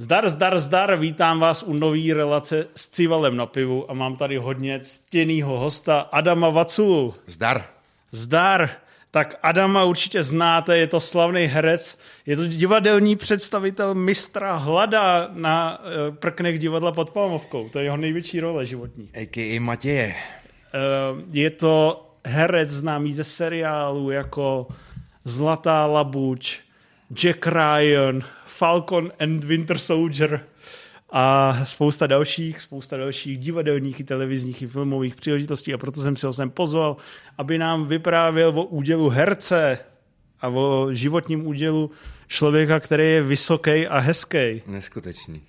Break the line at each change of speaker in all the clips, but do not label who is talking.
Zdar, vítám vás u nový relace s Civalem na pivu a mám tady hodně ctěnýho hosta Adama Vaculu. Zdar. Tak Adama určitě znáte, je to slavný herec, je to divadelní představitel mistra Hlada na prknech divadla pod Palmovkou. To je jeho největší role životní.
A.k.a. Matěje.
Je to herec známý ze seriálu jako Zlatá labuť, Jack Ryan, Falcon and Winter Soldier a spousta dalších divadelních i televizních i filmových příležitostí a proto jsem si ho sem pozval, aby nám vyprávěl o údělu herce a o životním údělu člověka, který je vysoký a hezký.
Neskutečný.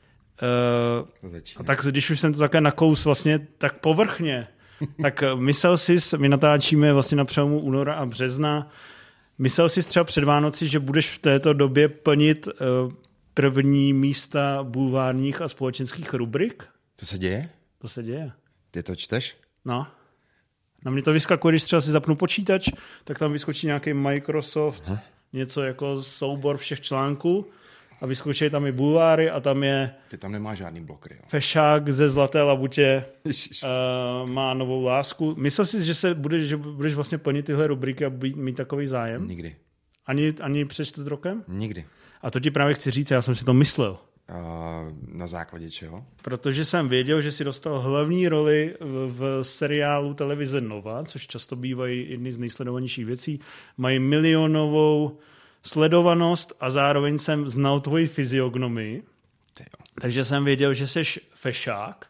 A tak když už jsem to také nakous vlastně tak povrchně, tak myslel jsi, my natáčíme vlastně na přelomu února a března, myslel jsi třeba před Vánoci, že budeš v této době plnit první místa bulvárních a společenských rubrik?
To se děje?
To se děje.
Ty to čteš?
No. Na mě to vyskakuje, když třeba si zapnu počítač, tak tam vyskočí nějaký Microsoft, něco jako soubor všech článků a vyskočí tam i bulváry a tam je...
Ty tam nemáš žádný blokry, jo?
Fešák ze Zlaté labutě má novou lásku. Myslel jsi, že budeš vlastně plnit tyhle rubriky a mít takový zájem?
Nikdy.
Ani před 4 rokem?
Nikdy.
A to ti právě chci říct, já jsem si to myslel.
Na základě čeho?
Protože jsem věděl, že si dostal hlavní roli v seriálu televize Nova, což často bývají jedny z nejsledovanějších věcí. Mají milionovou sledovanost a zároveň jsem znal tvoji fyziognomii. Takže jsem věděl, že jsi fešák.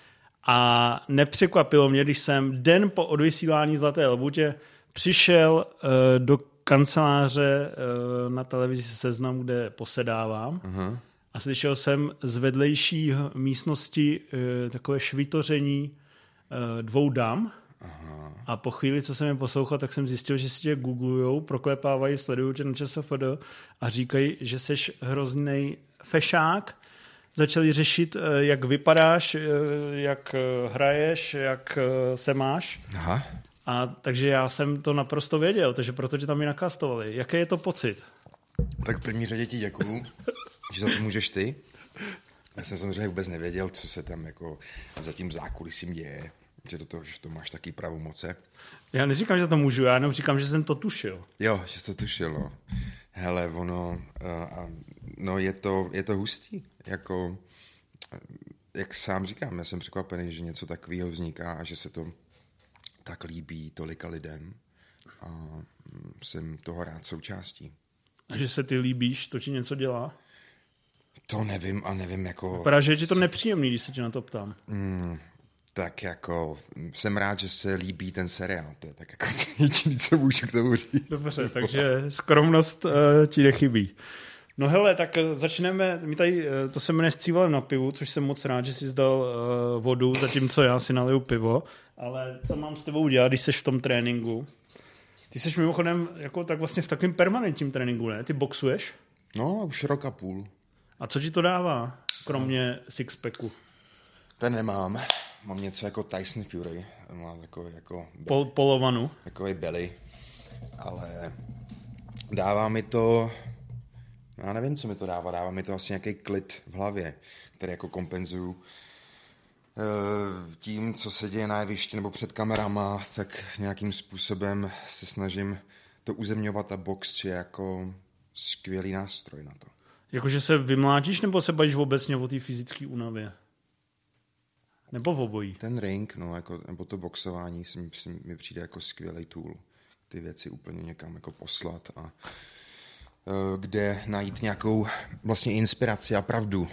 A nepřekvapilo mě, když jsem den po odvysílání Zlaté labutě přišel do kanceláře na televizi Seznam, kde posedávám. A slyšel jsem z vedlejší místnosti takové švitoření 2 dam. A po chvíli, co jsem je poslouchal, tak jsem zjistil, že si tě googlujou, proklepávají, sledují tě na ČSFD a říkají, že jsi hrozný fešák. Začali řešit, jak vypadáš, jak hraješ, jak se máš.
Aha.
A takže já jsem to naprosto věděl, takže proto tě tam i nakastovali. Jaký je to pocit?
Tak v první řadě ti děkuju, že za to můžeš ty. Já jsem samozřejmě vůbec nevěděl, co se tam jako za tím zákulisím děje, že to máš taky pravomoce.
Já neříkám, že to můžu, já jenom říkám, že jsem to tušil.
Jo, že jsi to tušil, no. Hele, no je to hustý, jako, jak sám říkám, já jsem překvapený, že něco takového vzniká a že se to tak líbí tolika lidem a jsem toho rád součástí.
A že se ty líbíš, to ti něco dělá?
To nevím, jako...
Vypadá, že je ti to nepříjemný, když se tě na to ptám.
Tak jako jsem rád, že se líbí ten seriál, to je tak jako jediné, co můžu k tomu říct.
Dobře, takže skromnost ti nechybí. No hele, tak začneme, my tady, to se jmenuje S Civalem na pivu, což jsem moc rád, že jsi zdal vodu, zatímco já si naliju pivo, ale co mám s tebou dělat, když jsi v tom tréninku? Ty jsi mimochodem jako tak vlastně v takovém permanentním tréninku, ne? Ty boxuješ?
No, už 1,5 roku.
A co ti to dává, kromě sixpacku?
Ten nemám. Mám něco jako Tyson Fury. Má takový jako...
Polovanu.
Takový belly. Ale dává mi to... Já nevím, co mi to dává. Dává mi to asi nějaký klid v hlavě, který jako kompenzuju tím, co se děje na jevišti nebo před kamerama, tak nějakým způsobem se snažím to uzemňovat a box je jako skvělý nástroj na to.
Jakože se vymlátíš, nebo se bavíš obecně o té fyzické únavě? Nebo v obojí?
Ten ring, no, jako, nebo to boxování mi přijde jako skvělý tool. Ty věci úplně někam jako poslat a kde najít nějakou vlastně inspiraci a pravdu.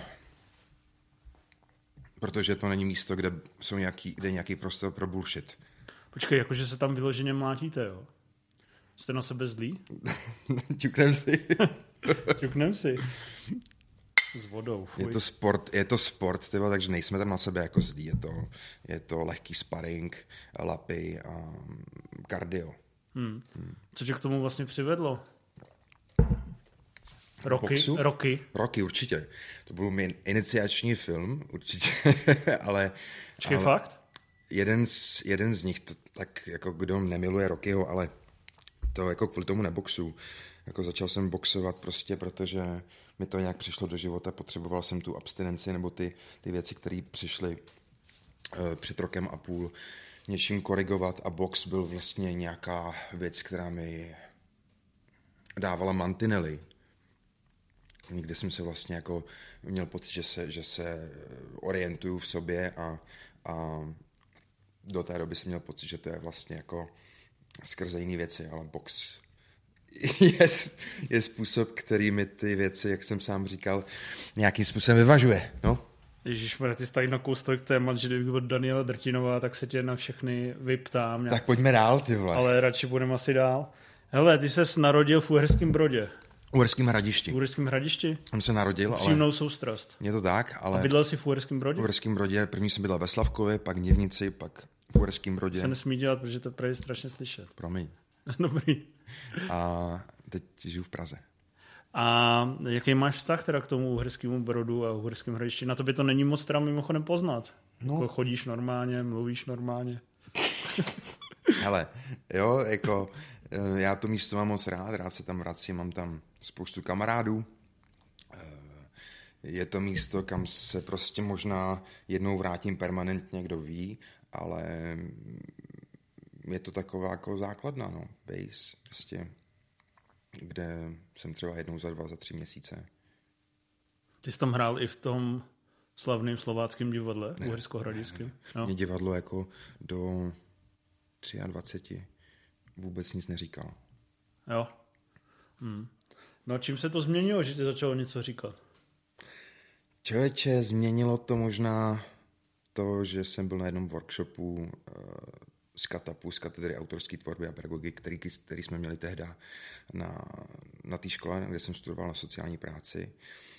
Protože to není místo, kde je nějaký prostor pro bullshit.
Počkej, jakože se tam vyloženě mlátíte, jo? Jste na sebe zlí?
Ťuknem si.
Ťuknem si. S vodou, fuj.
Je to sport, tyba, takže nejsme tam na sebe jako zlí. Je to lehký sparring, lapy a kardio.
Co tě k tomu vlastně přivedlo? Rocky,
určitě. To byl můj iniciační film, určitě, ale...
Počkej, fakt?
Jeden z nich, to, tak jako kdo nemiluje Rockyho, ale to jako kvůli tomu neboxu. Jako začal jsem boxovat prostě, protože mi to nějak přišlo do života, potřeboval jsem tu abstinenci nebo ty věci, které přišly před rokem a půl, něčím korigovat a box byl vlastně nějaká věc, která mi dávala mantinely. Nikdy jsem se vlastně jako měl pocit, že se orientuju v sobě a do té doby jsem měl pocit, že to je vlastně jako skrze jiné věci, ale box je způsob, který mi ty věci, jak jsem sám říkal, nějakým způsobem vyvažuje. No?
Ježišmarja, ty jsi tady na kousek témat, že kdybych od Daniela Drtinová, tak se tě na všechny vyptám.
Tak pojďme dál, ty vole.
Ale radši budeme asi dál. Hele, ty ses narodil v Uherském Brodě.
V Uherském Hradišti.
V Uherském Hradišti?
Tam se narodil, ale...
Příjemnou soustrast.
Je to tak, ale...
A bydlel jsi v Uherském Brodě?
V Uherském Brodě, první jsem bydlel ve Slavkově, pak v Nivnici, pak v Uherském Brodě.
Se nesmí dělat, protože to je strašně slyšet.
Promiň.
Dobrý.
A teď žiju v Praze.
A jaký máš vztah teda k tomu Uherskému Brodu a Uherském Hradišti? Na tobě to není moc teda mimochodem poznat. No. Jako chodíš normálně, mluvíš normálně.
Hele, jo, jako já to místo mám moc rád se tam vracím, mám tam spoustu kamarádů. Je to místo, kam se prostě možná jednou vrátím permanentně, kdo ví, ale je to taková jako základna, no, base, prostě, kde jsem třeba jednou za 2, za 3 měsíce.
Ty jsi tam hrál i v tom slavném slováckém divadle, uhersko-hradišském?
No. Mě divadlo jako do 23 vůbec nic neříkal.
Jo. No a čím se to změnilo, že ty začalo něco říkat?
Člověče, změnilo to možná to, že jsem byl na jednom workshopu z KATAPu, z katedry autorské tvorby a pedagogiky, který jsme měli tehda na té škole, kde jsem studoval na sociální práci,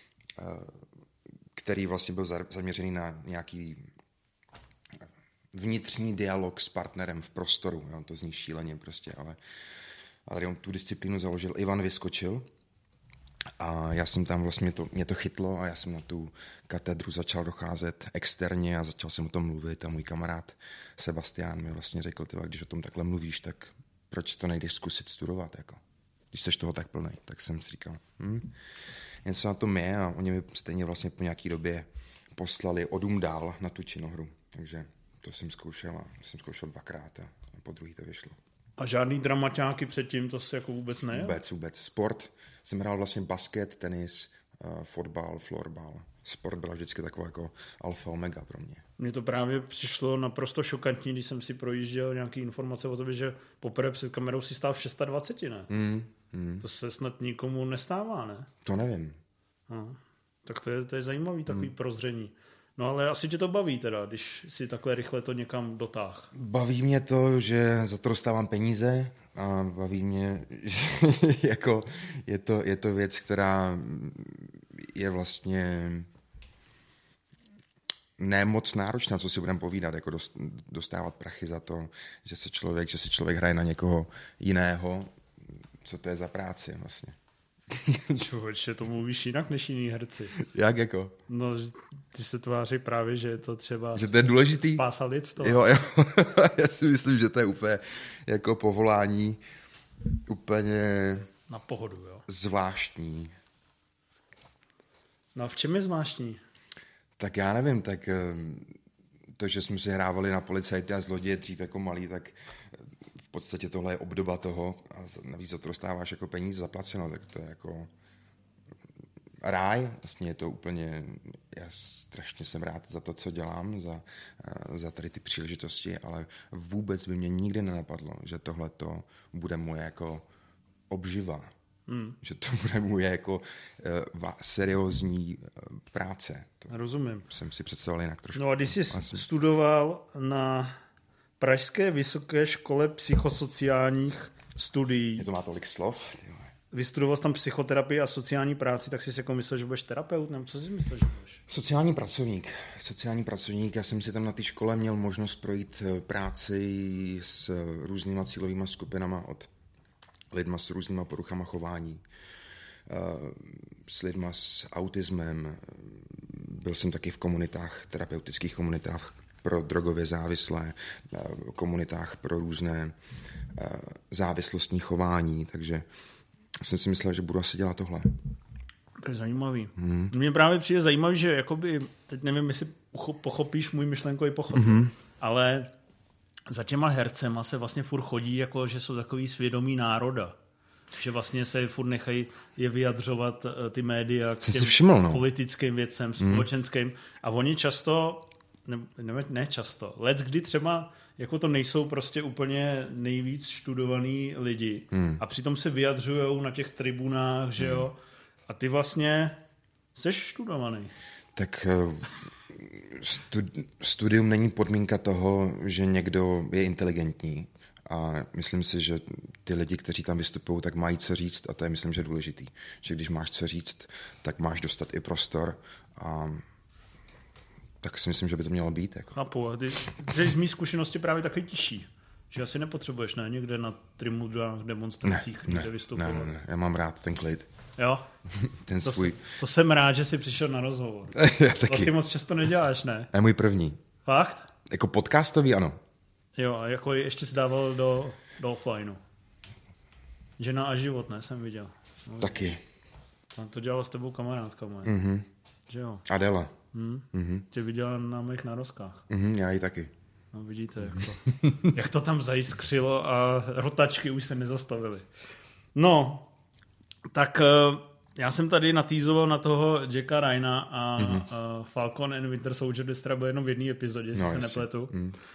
který vlastně byl zaměřený na nějaký vnitřní dialog s partnerem v prostoru. Jo, to zní šíleně prostě, ale tady on tu disciplínu založil Ivan Vyskočil a já jsem tam vlastně, mě to chytlo a já jsem na tu katedru začal docházet externě a začal jsem o tom mluvit a můj kamarád Sebastián mi vlastně řekl, tyva, když o tom takhle mluvíš, tak proč to nejdeš zkusit studovat, jako? Když jsi toho tak plnej, tak jsem si říkal, něco na tom je a oni mi stejně vlastně po nějaký době poslali o dům dál na tu činohru, takže to jsem zkoušel 2krát a po druhý to vyšlo.
A žádný dramaťáky předtím, to se jako vůbec ne?
Vůbec. Sport. Jsem hrál vlastně basket, tenis, fotbal, florbal. Sport byla vždycky taková jako alfa omega pro mě.
Mně to právě přišlo naprosto šokantní, když jsem si projížděl nějaké informace o tobě, že poprvé před kamerou si stál v 26, ne? To se snad nikomu nestává, ne?
To nevím.
No, tak to je zajímavý takový prozření. No ale asi tě to baví teda, když si takhle rychle to někam dotáh.
Baví mě to, že za to dostávám peníze a baví mě, že jako je to věc, která je vlastně ne moc náročná, co si budeme povídat, jako dostávat prachy za to, že si člověk hraje na někoho jiného, co to je za práci vlastně.
Člověče, to mluvíš jinak než jiní herci.
Jak jako?
No, ty se tváří právě, že je to třeba...
Že to je důležitý?
Spása lidstva.
Jo. Já si myslím, že to je úplně jako povolání úplně...
Na pohodu, jo.
Zvláštní.
No a v čem je zvláštní?
Tak já nevím, tak to, že jsme si hrávali na policajty a zloděje dřív jako malí, tak v podstatě tohle je obdoba toho a navíc za to dostáváš jako peníze zaplaceno, tak to je jako ráj. Vlastně je to úplně, já strašně jsem rád za to, co dělám, za tady ty příležitosti, ale vůbec by mě nikdy nenapadlo, že tohle to bude moje jako obživa. Že to bude moje jako seriózní práce. To
rozumím.
Jsem si představoval jinak trošku.
No a když jsi studoval na Pražské vysoké škole psychosociálních studií.
Je to má tolik slov.
Vystudoval jsi tam psychoterapii a sociální práci, tak jsi jako myslel, že budeš terapeut? Nebo co jsi myslel, že budeš?
Sociální pracovník. Já jsem si tam na té škole měl možnost projít práci s různýma cílovýma skupinama od lidma s různýma poruchama chování, s lidma s autismem. Byl jsem taky v komunitách, terapeutických komunitách pro drogově závislé, komunitách pro různé závislostní chování, takže jsem si myslel, že budu asi dělat tohle.
To je zajímavý. Mně právě přijde zajímavý, že jakoby, teď nevím, jestli pochopíš můj myšlenkový pochod, ale za těma hercema se vlastně furt chodí, jako že jsou takový svědomí národa. Že vlastně se furt nechají je vyjadřovat ty média k těm politickým věcem, společenským. A oni často, ne často, leckdy třeba jako to nejsou prostě úplně nejvíc študovaný lidi. A přitom se vyjadřujou na těch tribunách, že jo. A ty vlastně jsi študovaný.
Tak studium není podmínka toho, že někdo je inteligentní. A myslím si, že ty lidi, kteří tam vystupují, tak mají co říct a to je, myslím, že důležitý. Že když máš co říct, tak máš dostat i prostor a tak si myslím, že by to mělo být. Jako.
Chápu, a ty jsi z mý zkušenosti právě takový tiší. Že asi nepotřebuješ, ne? Někde na tribunách, demonstracích, někde vystupovat.
Ne, já mám rád ten klid.
Jo?
Ten svůj.
To jsem rád, že jsi přišel na rozhovor.
Já taky.
To si moc často neděláš, ne?
Je můj první.
Fakt?
Jako podcastový, ano.
Jo, a jako ještě jsi dával do offlineu. Žena a život, ne? Jsem viděl. No,
taky.
A to dělala s tebou kamarádka moje. Že jo?
Adela.
Tě viděla na mých narozkách.
Já ji taky.
No vidíte, jak to tam zajiskřilo a rotačky už se nezastavily. No, tak já jsem tady natýzoval na toho Jacka Ryana a Falcon and Winter Soldier, kde jste byl jenom v jedné epizodě, jestli se nepletu.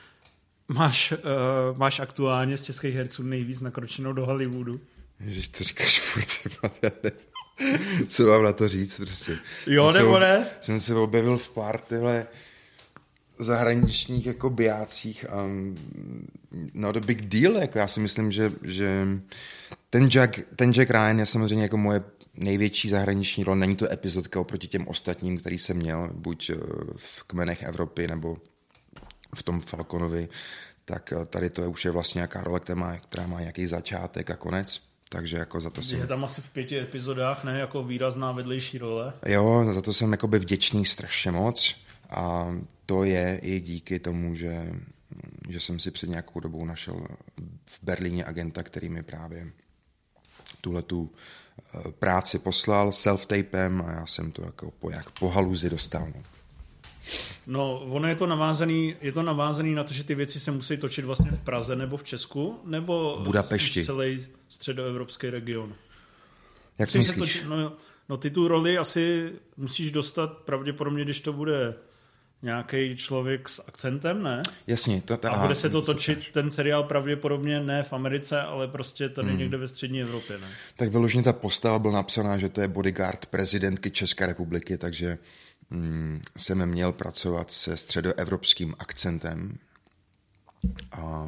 Máš aktuálně z českých herců nejvíc nakročenou do Hollywoodu.
Ježiš, to říkáš furt, co mám na to říct prostě.
Jo, nebo ne?
Jsem se objevil v pár tyhle zahraničních jako bijácích a not a big deal, jako já si myslím, že ten Jack Ryan je samozřejmě jako moje největší zahraniční role, není to epizodka oproti těm ostatním, který jsem měl, buď v Kmenech Evropy nebo v tom Falconovi, tak tady to už je vlastně nějaká role, která má nějaký začátek a konec. Takže jako za to jsem...
Je tam asi v 5 epizodách, ne? Jako výrazná vedlejší role.
Jo, za to jsem jakoby vděčný strašně moc a to je i díky tomu, že jsem si před nějakou dobou našel v Berlíně agenta, který mi právě tuhletu práci poslal self-tapem a já jsem to jako po haluzi dostal.
No, ono je to navázaný na to, že ty věci se musí točit vlastně v Praze nebo v Česku, nebo
Budapešti.
Celý středoevropský region.
Jak myslíš?
No ty tu roli asi musíš dostat pravděpodobně, když to bude nějaký člověk s akcentem, ne?
Jasně.
A bude se to točit, ten seriál pravděpodobně ne v Americe, ale prostě tady někde ve střední Evropě, ne?
Tak vyloženě ta postava byla napsaná, že to je bodyguard prezidentky České republiky, takže jsem měl pracovat se středoevropským akcentem a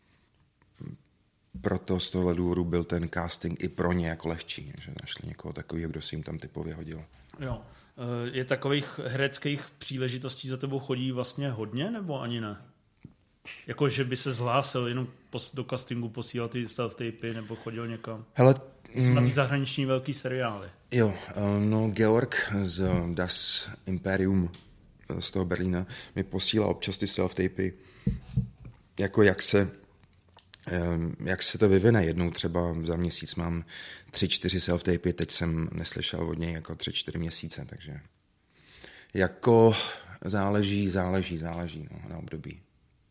proto z tohohle důvodu byl ten casting i pro ně jako lehčí, že našli někoho takového, kdo si jim tam typově hodil.
Jo. Je takových hereckých příležitostí za tebou chodí vlastně hodně, nebo ani ne? Jako, že by se zhlásil jenom do castingu, posílal ty self-tapy, nebo chodil někam?
Hele,
na ty zahraniční velký seriály.
Jo, no Georg z Das Imperium z toho Berlína mi posílá občas ty self-tapy, jako jak se to vyvine. Jednou třeba za měsíc mám 3-4 self-tapy, teď jsem neslyšel od něj jako 3-4 měsíce, takže jako záleží na období.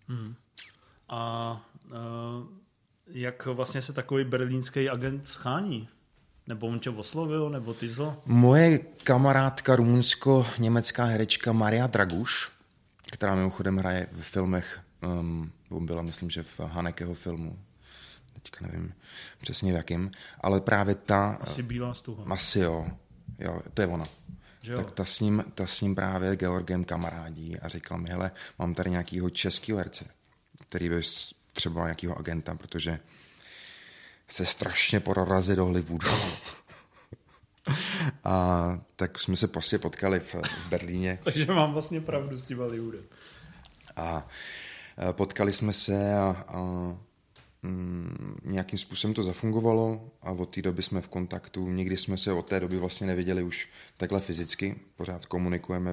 A jak vlastně se takový berlínský agent schání? Nebo on tě oslovil, nebo ty zlo?
Moje kamarádka rumunsko-německá herečka Maria Draguš, která mimochodem hraje v filmech, byla myslím, že v Hanekeho filmu, teďka nevím přesně v jakým, ale právě ta...
Asi Bílá stuha.
Asi jo, to je ona. Tak ta s ním právě Georgem kamarádí a říkala mi, hele, mám tady nějakýho českýho herce, který by třeba nějakýho agenta, protože se strašně prorazí do Hollywoodu. A tak jsme se prostě potkali v Berlíně.
Takže mám vlastně pravdu s tím Hollywoodem.
A potkali jsme se a nějakým způsobem to zafungovalo a od té doby jsme v kontaktu. Nikdy jsme se od té doby vlastně neviděli už takhle fyzicky. Pořád komunikujeme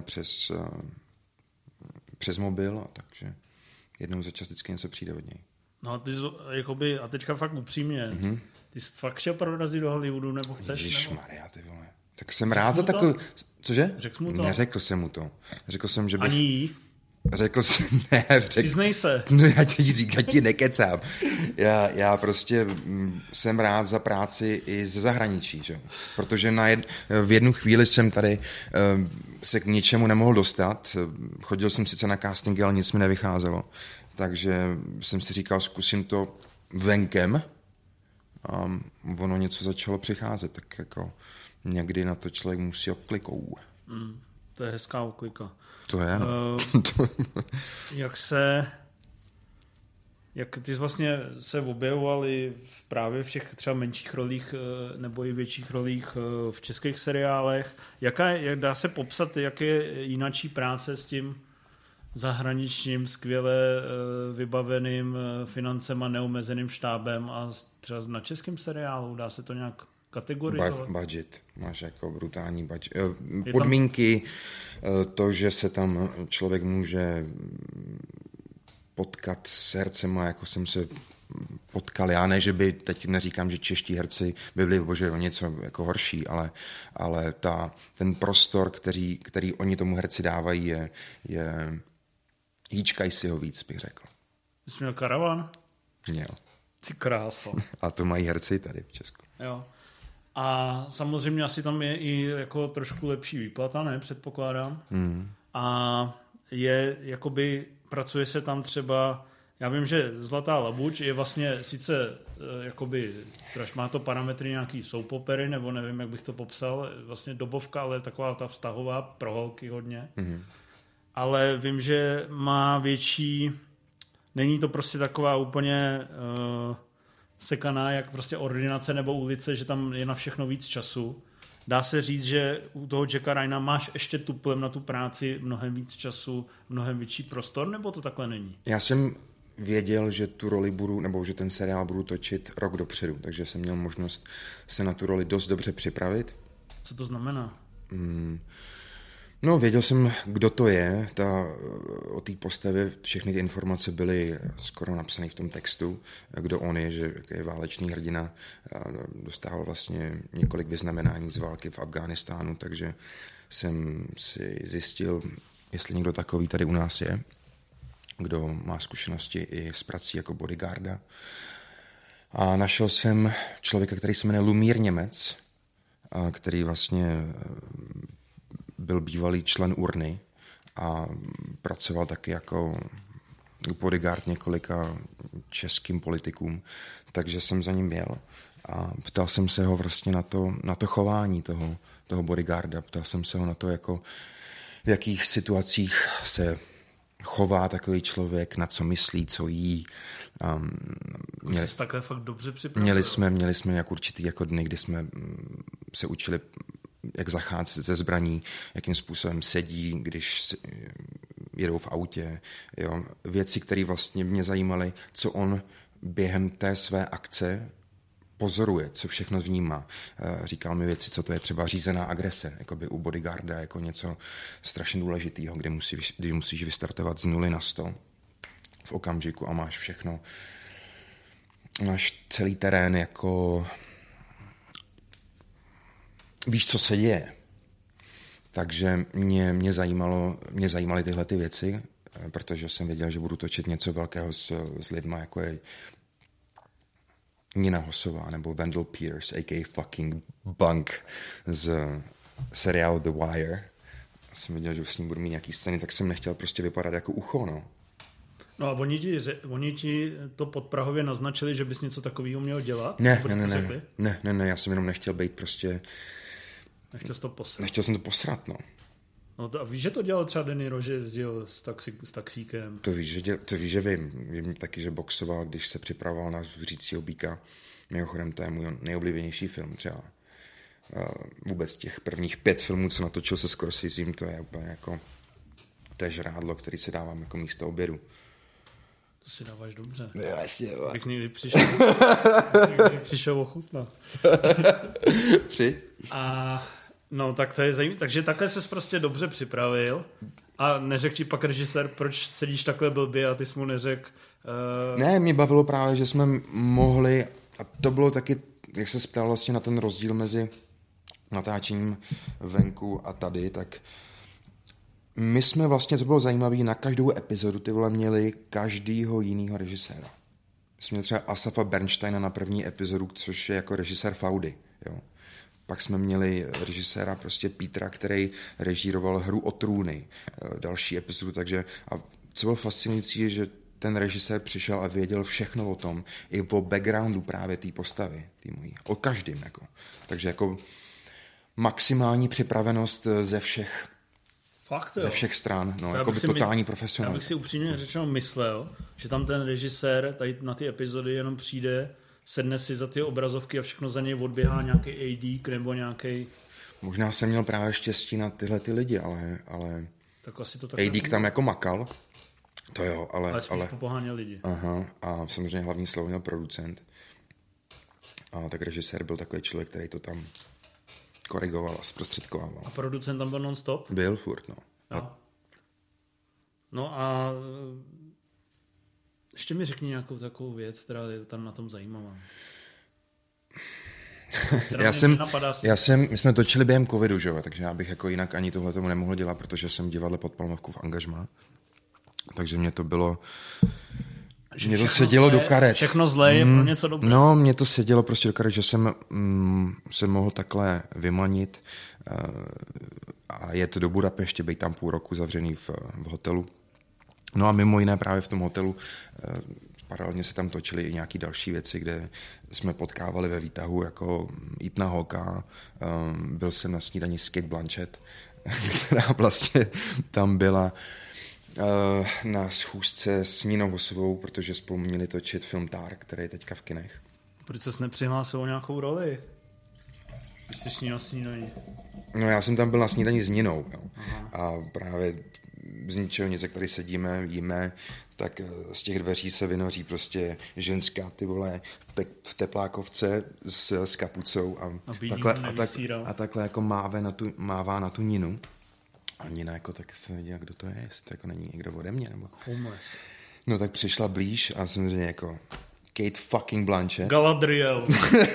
přes mobil, takže jednou za čas vždycky něco přijde od něj.
No a ty jakoby, a teďka fakt upřímně, ty jsi fakt šel prorazit do Hollywoodu, nebo chceš?
Ježišmarja, ty vole. Tak jsem rád za takový... Cože?
Řekl jsi mu to?
Neřekl jsem mu to. Řekl jsem, že bych...
Ani jí?
Řekl jsem, ne.
Přiznej se.
No já ti nekecám. Já prostě jsem rád za práci i ze zahraničí, že? Protože v jednu chvíli jsem tady se k ničemu nemohl dostat. Chodil jsem sice na castingy, ale nic mi nevycházelo. Takže jsem si říkal, zkusím to venkem. A ono něco začalo přicházet, tak jako někdy na to člověk musí oklikou.
To je hezká oklika.
To je, no.
Jak ty jsi vlastně se objevoval i právě v těch třeba menších rolích nebo i větších rolích v českých seriálech. Jak dá se popsat, jak je jinačí práce s tím zahraničním, skvěle vybaveným financema, neomezeným štábem a třeba na českém seriálu? Dá se to nějak kategorizovat?
Budget. Máš jako brutální budget. Podmínky, to, že se tam člověk může potkat s hercema, jako jsem se potkal. Já ne, že by, teď neříkám, že čeští herci by byli bože o něco jako horší, ale ten prostor, který oni tomu herci dávají, je hýčkaj si ho víc, bych řekl.
Jsi měl Karavan?
Měl.
Ty krása.
A to mají herci tady v Česku.
Jo. A samozřejmě asi tam je i jako trošku lepší výplata, ne? Předpokládám. A je jakoby, pracuje se tam třeba, já vím, že Zlatá labuť je vlastně sice jakoby, má to parametry nějaký soap opery, nebo nevím, jak bych to popsal, vlastně dobovka, ale taková ta vztahová pro holky hodně. Ale vím, že má větší, není to prostě taková úplně sekaná, jak prostě Ordinace nebo Ulice, že tam je na všechno víc času. Dá se říct, že u toho Jacka Ryana máš ještě tuplem na tu práci mnohem víc času, mnohem větší prostor, nebo to takhle není?
Já jsem věděl, že tu roli budu, nebo že ten seriál budu točit rok dopředu, takže jsem měl možnost se na tu roli dost dobře připravit.
Co to znamená?
No, věděl jsem, kdo to je. O té postavě všechny ty informace byly skoro napsané v tom textu, kdo on je, že je válečný hrdina, dostával vlastně několik vyznamenání z války v Afghánistánu, takže jsem si zjistil, jestli někdo takový tady u nás je, kdo má zkušenosti i s prací jako bodyguarda. A našel jsem člověka, který se jmenuje Lumír Němec, který vlastně byl bývalý člen URNY a pracoval taky jako bodyguard několika českým politikům, takže jsem za ním jel a ptal jsem se ho vlastně na to chování toho bodyguarda, ptal jsem se ho na to, jako v jakých situacích se chová takový člověk, na co myslí, co jí.
Jsi takhle fakt dobře připravil?
Měli jsme jak určitý jako dny, kdy jsme se učili, jak zacházet ze zbraní, jakým způsobem sedí, když jedou v autě. Jo. Věci, které vlastně mě zajímaly, co on během té své akce pozoruje, co všechno vnímá. Říkal mi věci, co to je třeba řízená agrese, jakoby u bodyguarda, jako něco strašně důležitého, kde musíš vystartovat z 0 na 100 v okamžiku a máš všechno. Máš celý terén, jako víš, co se děje. Takže mě zajímaly tyhle ty věci, protože jsem věděl, že budu točit něco velkého s lidma, jako je Nina Hossová nebo Wendell Pierce, a.k.a. fucking Bunk z seriálu The Wire. Já jsem věděl, že s ním budu mít nějaký scény, tak jsem nechtěl prostě vypadat jako ucho, no.
No a oni ti to podprahově naznačili, že bys něco takového měl dělat?
Ne, já jsem jenom nechtěl být prostě...
Nechtěl jsi to posrat?
Nechtěl jsem to posrat, no.
No a víš, že to dělal třeba De Niro, že jezdil s taxíkem?
To víš, že vím. Vím taky, že boxoval, když se připravoval na Zuřícího býka. Mimochodem, to je můj nejoblíbenější film třeba. Vůbec těch prvních 5 filmů, co natočil se Scorsesem, to je úplně jako... To je žrádlo, který si dávám jako místo obědu.
To si dáváš dobře.
Jasně,
bych někdy přišel ochutnat.
Přijď.
A no, tak to je zajímavé. Takže takhle ses prostě dobře připravil a neřekl ti pak režisér, proč sedíš takhle blbě a ty jsi mu neřekl...
Ne, mě bavilo právě, že jsme mohli, a to bylo taky, jak se ptal vlastně na ten rozdíl mezi natáčením venku a tady, tak my jsme vlastně, to bylo zajímavé, na každou epizodu ty vole měli každýho jinýho režiséra. Jsme měli třeba Asafa Bernsteina na první epizodu, což je jako režisér Faudy, jo. Pak jsme měli režiséra prostě Petra, který režíroval Hru o trůny, další epizodu, takže a co bylo fascinující je, že ten režisér přišel a věděl všechno o tom, i o backgroundu právě té postavy, tý mojí, o každém, jako. Takže jako maximální připravenost ze všech
Fakt,
ze všech stran, no, jako by totální profesionál.
Já bych si upřímně řečeno myslel, že tam ten režisér tady na ty epizody jenom přijde, sedne si za ty obrazovky a všechno za něj odběhá nějaký AD nebo nějaký.
Možná jsem měl právě štěstí na tyhle ty lidi, ale
tak asi to tak
AD tam jako makal, to jo, ale
spíš popoháněl lidi.
Aha, a samozřejmě hlavní slovo měl producent. A tak režisér byl takový člověk, který to tam korigoval a zprostředkovával.
A producent tam byl non-stop?
Byl furt, no.
No a ještě mi řekni nějakou takovou věc, která je tam na tom zajímavá.
My jsme točili během covidu, že jo, takže já bych jako jinak ani tohle tomu nemohl dělat, protože jsem v divadle Pod Palmovkou v angažmá. Takže mě to bylo... Mě to sedělo do karet.
Všechno zlé je pro něco dobré.
No, mě to sedělo prostě do karet, že jsem se mohl takhle vymanit a jet do Budapeště, být tam půl roku zavřený v hotelu. No a mimo jiné právě v tom hotelu paralelně se tam točily i nějaké další věci, kde jsme potkávali ve výtahu jako Etna Hawke. Byl jsem na snídani s Kate Blanchett, která vlastně tam byla na schůzce s Ninou Hosovou, protože spolu měli točit film Tar, který je teďka v kinech.
Proč jsi nepřihlásil o nějakou roli? Když jsi s ní na snídani.
No já jsem tam byl na snídani s Ninou. Jo. A právě z ničeho nic, jak tady sedíme, jíme, tak z těch dveří se vynoří prostě ženská, ty vole, v teplákovce s kapucou a takhle jako mává na tu Ninu. A Nina jako tak se nedělá, kdo to je, jestli to jako není někdo ode mě, nebo...
Homeless.
No tak přišla blíž a samozřejmě jako Kate fucking Blanchett.
Galadriel.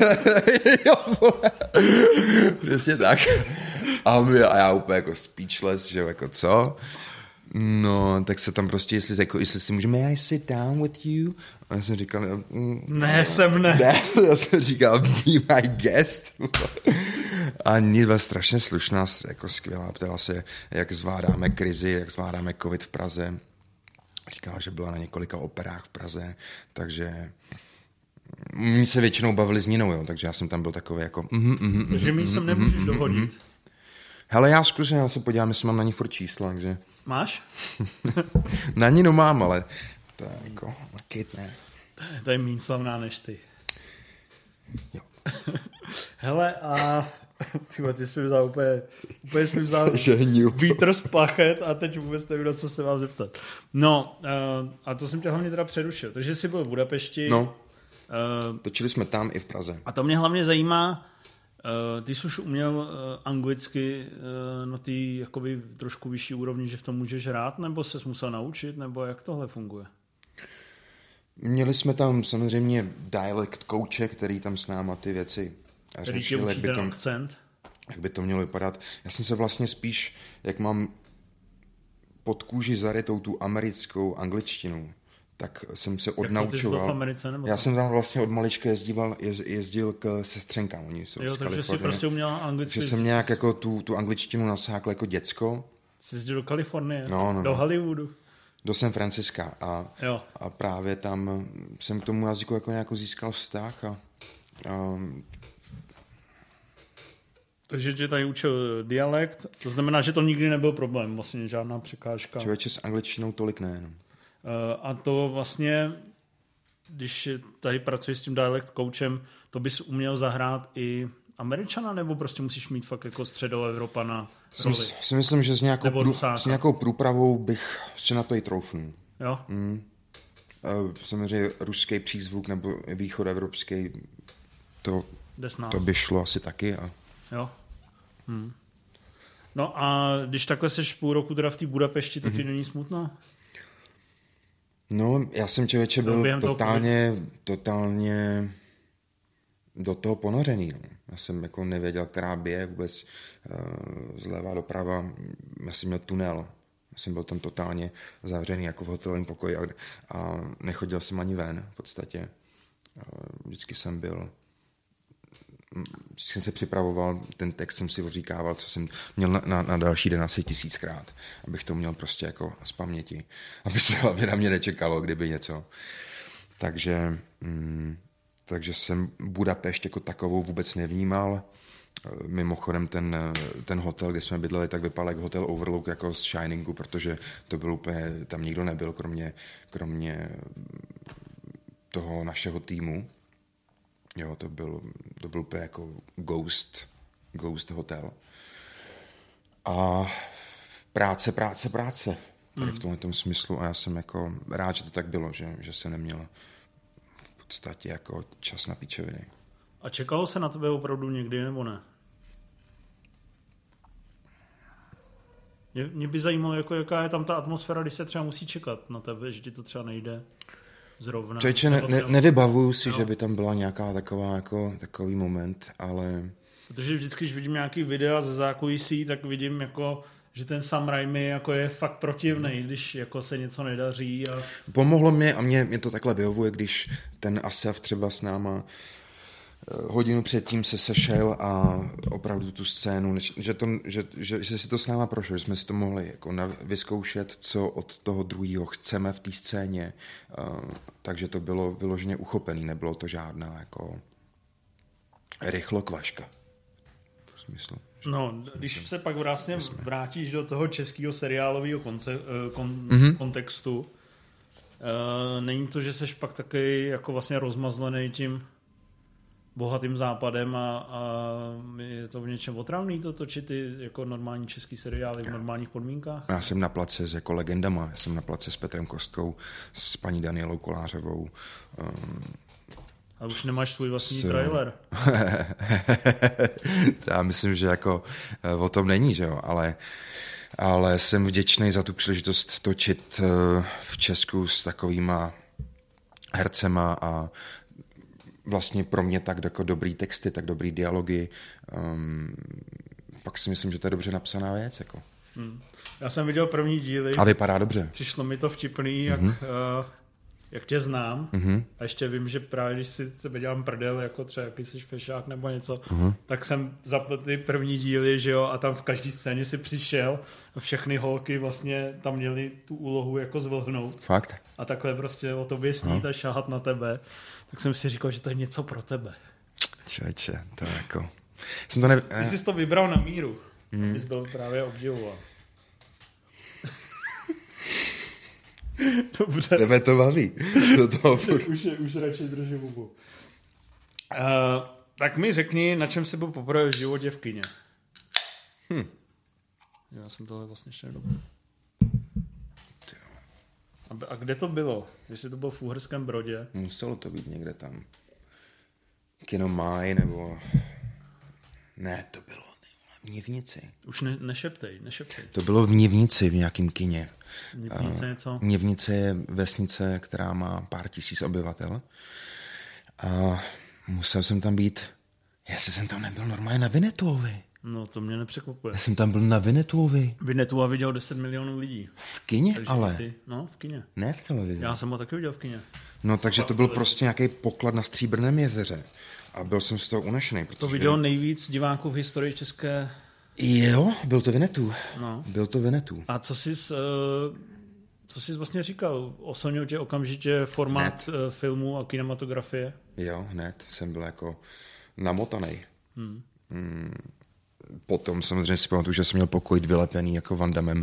Přesně tak. A já úplně jako speechless, že jako co? No, tak se tam prostě, jestli si můžeme I sit down with you? A já jsem říkal...
Ne, jsem ne.
Já jsem říkal, be my guest. A Nina byla strašně slušná, jako skvělá. Ptala se, jak zvládáme krizi, jak zvládáme covid v Praze. Říkala, že byla na několika operách v Praze, takže... My se většinou bavili s Ninou, jo, takže já jsem tam byl takový jako...
Takže mi jsem nemůžeš dohodit.
Hele, já zkusím, já se podívám, jestli mám na ní furt číslo, takže...
Máš?
Na Ninu mám, ale to je jako... Na Kate ne.
To je méně slavná než ty.
Jo.
Hele, a... Ty jsi mi vzal úplně jsi mi vzal vítr z plachet a teď vůbec nevím, na co se vám zeptat. No, a to jsem tě hlavně teda přerušil. Takže jsi byl v Budapešti.
No, točili jsme tam i v Praze.
A to mě hlavně zajímá, ty jsi už uměl anglicky na té jakoby trošku vyšší úrovni, že v tom můžeš hrát, nebo ses musel naučit, nebo jak tohle funguje?
Měli jsme tam samozřejmě dialect coache, který tam s náma ty věci řešil, jak by to mělo vypadat. Já jsem se vlastně spíš, jak mám pod kůži zarytou tu americkou angličtinu, tak jsem se odnaučoval.
V Americe, nebo
já jsem tam vlastně od malička jezdil k sestřenkám. Oni jsou
jo, takže jsi prostě uměl anglicky.
Že jsem nějak jako tu angličtinu nasákl jako děcko.
Jsi jezdil do Kalifornie,
no.
Do Hollywoodu.
Do San Francisca a právě tam jsem k tomu jazyku jako nějak získal vztah a
takže tě tady učil dialekt, to znamená, že to nikdy nebyl problém, vlastně žádná překážka.
Člověče s angličtinou tolik ne. No.
A to vlastně, když tady pracuješ s tím dialect coachem, to bys uměl zahrát i Američana, nebo prostě musíš mít fakt jako středoevropana roli?
Si myslím, že s nějakou průpravou bych si na to i troufnul.
Jo?
Samozřejmě ruský přízvuk nebo východoevropský, to by šlo asi taky.
Jo. No a když takhle seš půl roku teda v té Budapešti, to ti není smutno?
No, já jsem člověče byl totálně do toho ponořený. No. Já jsem jako nevěděl, která bije vůbec zleva doprava. Já jsem měl tunel. Já jsem byl tam totálně zavřený jako v hotelovém pokoji a nechodil jsem ani ven v podstatě. Vždycky jsem se připravoval, ten text jsem si odříkával, co jsem měl na další den asi 1000krát, abych to měl prostě jako z paměti, aby se hlavně na mě nečekalo, kdyby něco. Takže jsem Budapešť jako takovou vůbec nevnímal. Mimochodem ten hotel, kde jsme bydleli, tak vypadal jako hotel Overlook jako z Shiningu, protože to byl úplně, tam nikdo nebyl, kromě toho našeho týmu. Jo, to byl úplně jako ghost hotel. A práce. Tady v tomto smyslu. A já jsem jako rád, že to tak bylo, že jsem neměl v podstatě jako čas na píčoviny.
A čekalo se na tebe opravdu někdy, nebo ne? Mě by zajímalo, jako, jaká je tam ta atmosféra, když se třeba musí čekat na tebe, že ti to třeba nejde zrovna.
Čeče, nevybavuju si, že by tam byla nějaká takový moment, ale...
Protože vždycky, když vidím nějaký videa ze zákulisí, tak vidím, jako, že ten Sam Raimi jako je fakt protivnej, když jako se něco nedaří. A...
Pomohlo mě a mě to takhle vyhovuje, když ten Asaf třeba s náma hodinu předtím se sešel a opravdu tu scénu, že si to s náma prošlo, že jsme si to mohli jako vyzkoušet, co od toho druhého chceme v té scéně, takže to bylo vyloženě uchopený, nebylo to žádná jako rychlokvaška. V smyslu.
No, když se pak vlastně vrátíš do toho českého seriálového kontextu, není to, že seš pak taky jako vlastně rozmazlený tím bohatým západem a je to v něčem otravný to točit ty jako normální český seriály v normálních podmínkách?
Já jsem na place s jako legendama, já jsem na place s Petrem Kostkou, s paní Danielou Kolářovou.
A už nemáš svůj vlastní trailer.
Já myslím, že jako o tom není, že jo, ale jsem vděčný za tu příležitost točit v Česku s takovýma hercema a vlastně pro mě tak jako dobrý texty, tak dobrý dialogy. Pak si myslím, že to je dobře napsaná věc. Jako.
Já jsem viděl první díly.
A vypadá dobře.
Přišlo mi to vtipný, jak tě znám. A ještě vím, že právě když si sebe dělám prdel, jako třeba jaký jsi fešák nebo něco, tak jsem zapletl ty první díly, že jo, a tam v každé scéně si přišel a všechny holky vlastně tam měly tu úlohu jako zvlhnout.
Fakt?
A takhle prostě o tobě snít a šahat na tebe. Tak jsem si říkal, že to je něco pro tebe.
Čeče, to je jako...
Ty jsi to vybral na míru, abys byl právě obdivoval. Dobře.
Tebe to baví.
Už radši držím hubu. Tak mi řekni, na čem jsi byl poprvé v životě v kině. Já jsem tohle vlastně ještě nedobil. A kde to bylo? Jestli to bylo v Uherském Brodě?
Muselo to být někde tam. Kino Máj, nebo... Ne, to bylo v Nivnici.
Už nešeptej.
To bylo v Nivnici, v nějakém kině.
Nivnice něco?
Nivnice je vesnice, která má pár tisíc obyvatel. A musel jsem tam být... Jestli jsem tam nebyl normálně na Vinetuovi.
No, to mě nepřekvapuje.
Já jsem tam byl na Vinetuovi.
Vinetua viděl 10 milionů lidí.
V kině,
takže
ale?
No, v kině.
Ne v televizi.
Já jsem ho taky viděl v kině.
No, takže to byl prostě nějaký poklad na Stříbrném jezeře. A byl jsem z toho unešený.
To vidělo nejvíc diváků v historii české...
Jo, byl to Vinetu.
No.
Byl to Vinetu.
A co jsi vlastně říkal? Oslnil tě okamžitě formát filmu a kinematografie?
Jo, hned jsem byl jako namotaný. Potom samozřejmě si pamatuju, že jsem měl pokoj vylepený jako Van Dammem.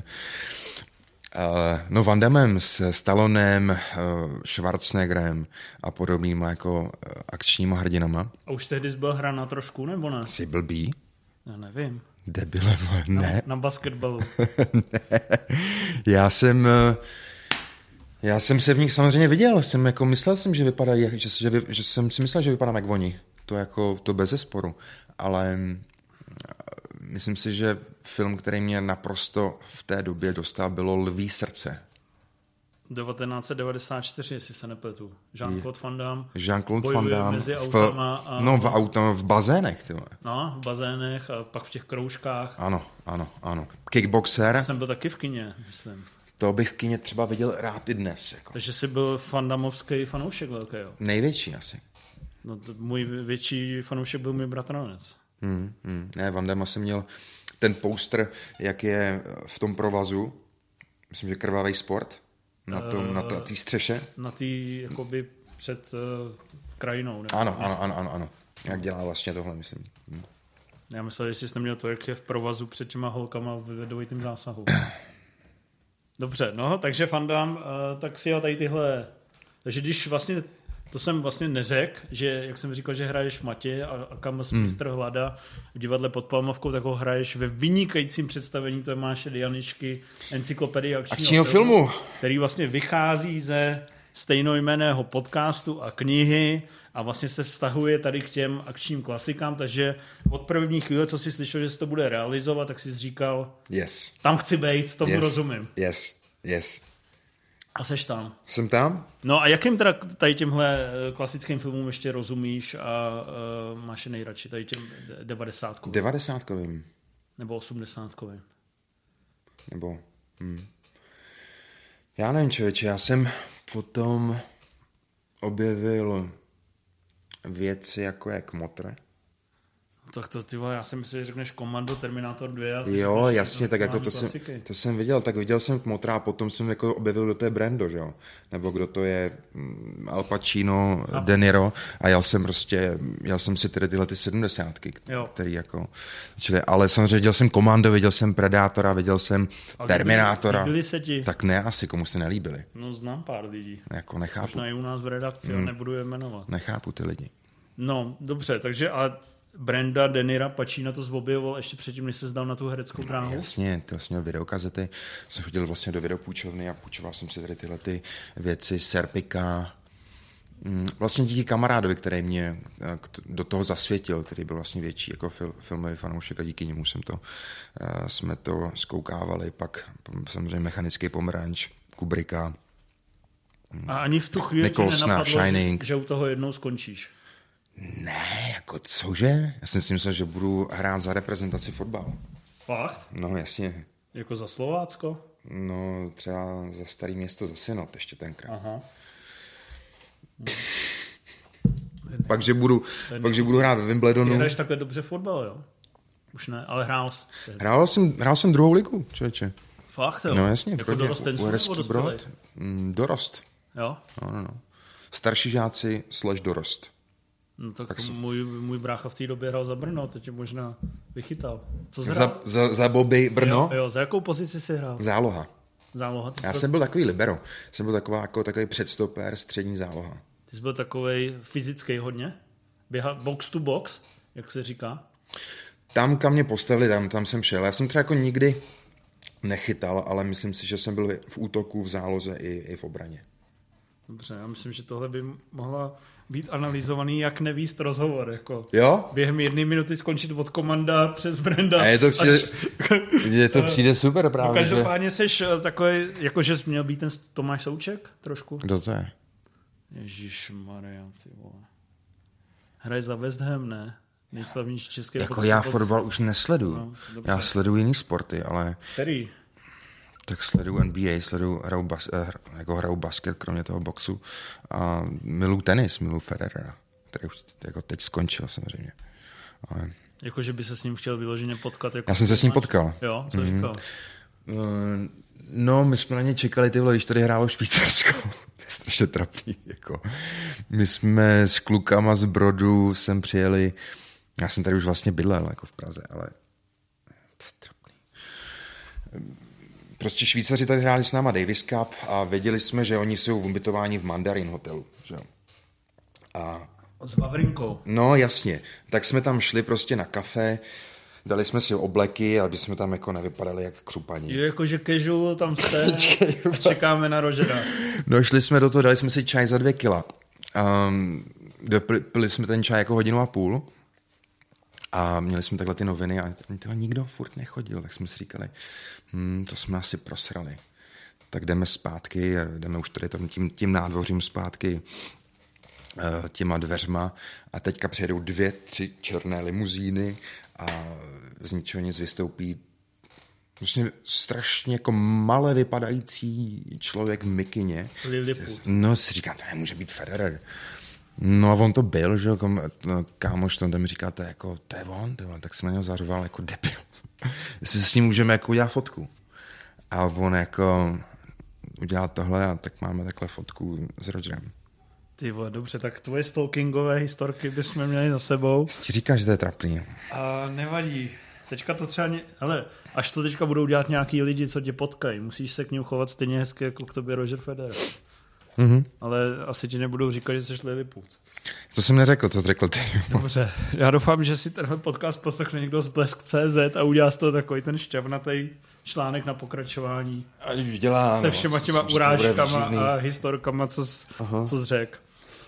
Van Dammem s Stallonem, Schwarzeneggerem a podobnýma jako akčníma hrdinama. A
už tehdy jsi byl hraná trošku, nebo ne?
Jsi blbý?
Já nevím.
Debile, ne.
Na basketbalu.
Ne. Já jsem se v nich samozřejmě viděl. Myslel jsem, že vypadají, že jsem si myslel, že vypadám jak oni. To bez zesporu. Ale myslím si, že film, který mě naprosto v té době dostal, bylo Lví srdce.
1994, jestli se nepletu. Jean-Claude Van Damme.
Jean-Claude Van Damme
mezi autama a...
v bazénech, ty vole.
No, v bazénech a pak v těch kroužkách.
Ano. Kickboxer.
Jsem byl taky v kině, myslím.
To bych v kině třeba viděl rád i dnes. Jako.
Takže jsi byl Van Dammovský fanoušek velký, jo?
Největší asi.
No, můj větší fanoušek byl můj bratranec.
Ne, Van Damme jsem měl ten poster, jak je v tom provazu, myslím, že krvavý sport, na té střeše.
Na té, jakoby před krajinou.
Ano. Jak dělá vlastně tohle, myslím.
Já myslel, že jsi neměl to, jak je v provazu před těma holkama v dvojitým zásahu. Dobře, no, takže Van Damme, tak si tady tyhle... Takže když vlastně, to jsem vlastně neřekl, že, jak jsem říkal, že hraješ v Matě a kam mistr Hlada v divadle pod Palmovkou, tak ho hraješ ve vynikajícím představení Tomáše Dianičky Encyklopedii akčního filmu, který vlastně vychází ze stejnojmenného podcastu a knihy a vlastně se vztahuje tady k těm akčním klasikám, takže od první chvíle, co jsi slyšel, že se to bude realizovat, tak jsi říkal,
yes.
Tam chci bejt, tomu rozumím.
Yes.
A seš tam.
Jsem tam.
No a jakým teda tady těmhle klasickým filmům ještě rozumíš a máš je nejradši tady těm 90kovým?
90kovým.
Nebo 80kovým?
Nebo... Já nevím, člověče, já jsem potom objevil věci jako je Kmotr.
Tak to, ty vole, já si myslím, že řekneš Komando, Terminátor 2.
Jo, jasně, tak jako to jsem viděl, tak viděl jsem Kmotra a potom jsem jako objevil, kdo to je Brando, že jo? Nebo kdo to je Al Pacino, De Niro a jel jsem si tedy tyhle ty 70ky, který jako, ale samozřejmě viděl jsem Komando, viděl jsem Predátora, viděl jsem Terminátora.
Líbili se ti?
Tak ne, asi komu se nelíbili.
No znám pár lidí.
Jako nechápu.
Možná i u nás v redakci, ale nebudu je jmenovat.
Nechápu ty lidi.
No, dobře, takže a Branda, De Nira, Pacina to zobjevoval ještě předtím, než se zdal na tu hereckou dráhu?
Jasně, to jsem měl videokazety, jsem chodil vlastně do videopůjčovny a půjčoval jsem si tady tyhle ty věci, Serpika, vlastně díky kamarádovi, který mě do toho zasvětil, který byl vlastně větší jako filmový fanoušek a díky němu jsme to zkoukávali, pak samozřejmě Mechanický pomeranč, Kubricka.
A ani v tu chvíli ti nenapadlo, že u toho jednou skončíš?
Ne, jako cože? Já jsem si myslel, že budu hrát za reprezentaci fotbal.
Fakt?
No jasně.
Jako za Slovácko?
No třeba za Starý Město, za Synod ještě tenkrát. Aha. Pak, že budu hrát ve Wimbledonu.
Ty hraješ takhle dobře fotbal, jo? Už ne, ale
hrál jsem druhou ligu, člověče.
Fakt, jo?
No jasně.
Jako dorostenců nebo dospělej?
Dorost.
Jo?
No. Starší žáci / dorost.
No tak můj brácha v té době hrál za Brno, teď je možná vychytal. Co jsi
hrál? Za Bobby Brno?
Jo, za jakou pozici jsi hrál?
Záloha.
Já
jsem byl takový libero. Jsem byl takový předstoper, střední záloha.
Ty jsi byl takovej fyzický hodně? Box to box, jak se říká?
Tam, kam mě postavili, tam jsem šel. Já jsem třeba jako nikdy nechytal, ale myslím si, že jsem byl v útoku, v záloze i v obraně.
Dobře, já myslím, že tohle by mohla být analyzovaný, jak nevíst rozhovor. Jako
jo?
Během 1 minuty skončit od Komanda přes Branda.
A to přijde super právě.
No, každopádně seš takový, jakože jsi měl být ten Tomáš Souček trošku.
Kdo to je?
Ježišmarja, ty vole. Hraj za West Ham, ne? Nejslavnější český.
Jako já fotbal už nesleduju. No, já sleduju jiný sporty, ale...
Který?
Tak sleduju NBA, hraju basket, kromě toho boxu. A miluji tenis, miluji Federera, který už jako teď skončil samozřejmě. Ale...
Jakože by se s ním chtěl vyloženě potkat? Jako
já jsem se s ním potkal.
Jo, co říkal?
No, my jsme na ně čekali, ty vole, když tady hrálo Švýcarsko. To je strašně trapný, jako. My jsme s klukama z Brodu sem přijeli, já jsem tady už vlastně bydlel, jako v Praze, ale trapný. Prostě Švýcaři tady hráli s náma Davis Cup a věděli jsme, že oni jsou ubytováni v Mandarin hotelu, že jo. A...
S Vavrinkou.
No, jasně. Tak jsme tam šli prostě na kafe, dali jsme si obleky, aby jsme tam jako nevypadali jak křupaní.
Jo, jakože casual tam jste a čekáme na Rožera.
No, šli jsme do toho, dali jsme si čaj za 2 kila. Pili jsme ten čaj jako 1,5 hodiny a měli jsme takhle ty noviny a nikdo furt nechodil, tak jsme si říkali, to jsme asi prosrali. tak jdeme zpátky, jdeme už tady tím nádvořím zpátky těma dveřma a teďka přijedou 2, 3 černé limuzíny a z ničeho nic vystoupí vlastně strašně jako malé vypadající člověk v mikině. No si říkám, to nemůže být Federer. No a on to byl, že kámoš tam mi říká, to je on, tak jsem na něho zařval jako debil. Jestli s ním můžeme jako udělat fotku. A on jako udělal tohle a tak máme takhle fotku s Rogerem.
Ty vole, dobře, tak tvoje stalkingové historky bychom měli za sebou.
Ti říkáš, že to je trapný.
A nevadí. Teďka to třeba... Hele, až to teďka budou dělat nějaký lidi, co tě potkají, musíš se k ním chovat stejně hezky, jako k tobě Roger Federer.
Mm-hmm.
Ale asi ti nebudou říkat, že jsi Lilliput.
To jsem neřekl, to řekl ty.
Dobře, já doufám, že si tenhle podcast poslechne někdo z Blesk.cz a udělá z toho takový ten šťavnatý článek na pokračování.
Ať vydělá,
se všema těma urážkama a historkama, co jsi řekl.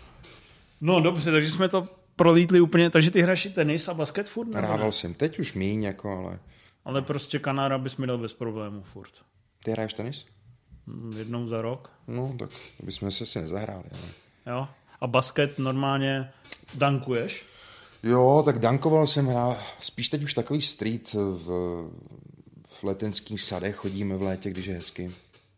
No dobře, takže jsme to prolítli úplně, takže ty hraješ tenis a basket furt?
Hrával jsem, teď už míň, jako, ale...
Ale prostě Kanára bys mi dal bez problémů furt.
Ty hraješ tenis?
Jednou za rok.
No, tak bychom se asi nezahráli. Ale...
Jo. A basket normálně dankuješ?
Jo, tak dankoval jsem, spíš teď už takový street v letenských sadech, chodíme v létě, když je hezky.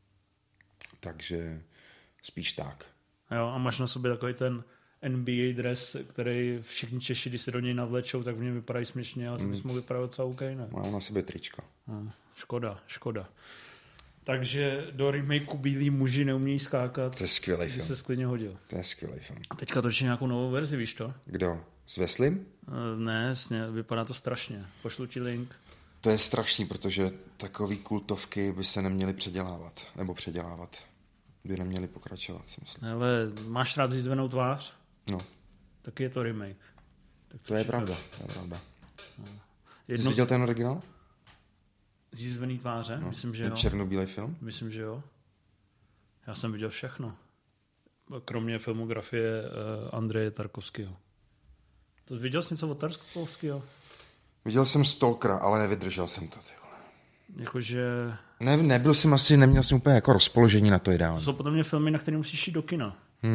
Takže spíš tak.
Jo, a máš na sobě takový ten NBA dres, který všichni Češi, když se do něj navlečou, tak v něm vypadají směšně, ale to bys mohl vypadat docela OK, ne?
Mám na sobě tričko.
Škoda. Takže do remakeu Bílí muži neumějí skákat.
To je skvělý film.
Se sklidně hodil.
To je skvělý film.
A teďka točí nějakou novou verzi, víš to?
Kdo? S Wesleym?
Ne, jasně, vypadá to strašně. Pošlu ti link.
To je strašný, protože takový kultovky by se neměly předělávat. By neměly pokračovat, si myslím.
Ale máš rád zjizvenou tvář?
No.
Taky je to remake. Tak
to je pravda.
No.
Jsi viděl ten originál?
Zjizvený tváře?
No.
Myslím, že jo.
Černobílej film?
Myslím, že jo. Já jsem viděl všechno. Kromě filmografie Andreje Tarkovského. To viděl jsi něco od Tarkovského?
Viděl jsem Stalkera, ale nevydržel jsem to.
Jakože...
Neměl jsem úplně jako rozpoložení na to ideálně.
To jsou podle mě filmy, na které musíš jít do kina.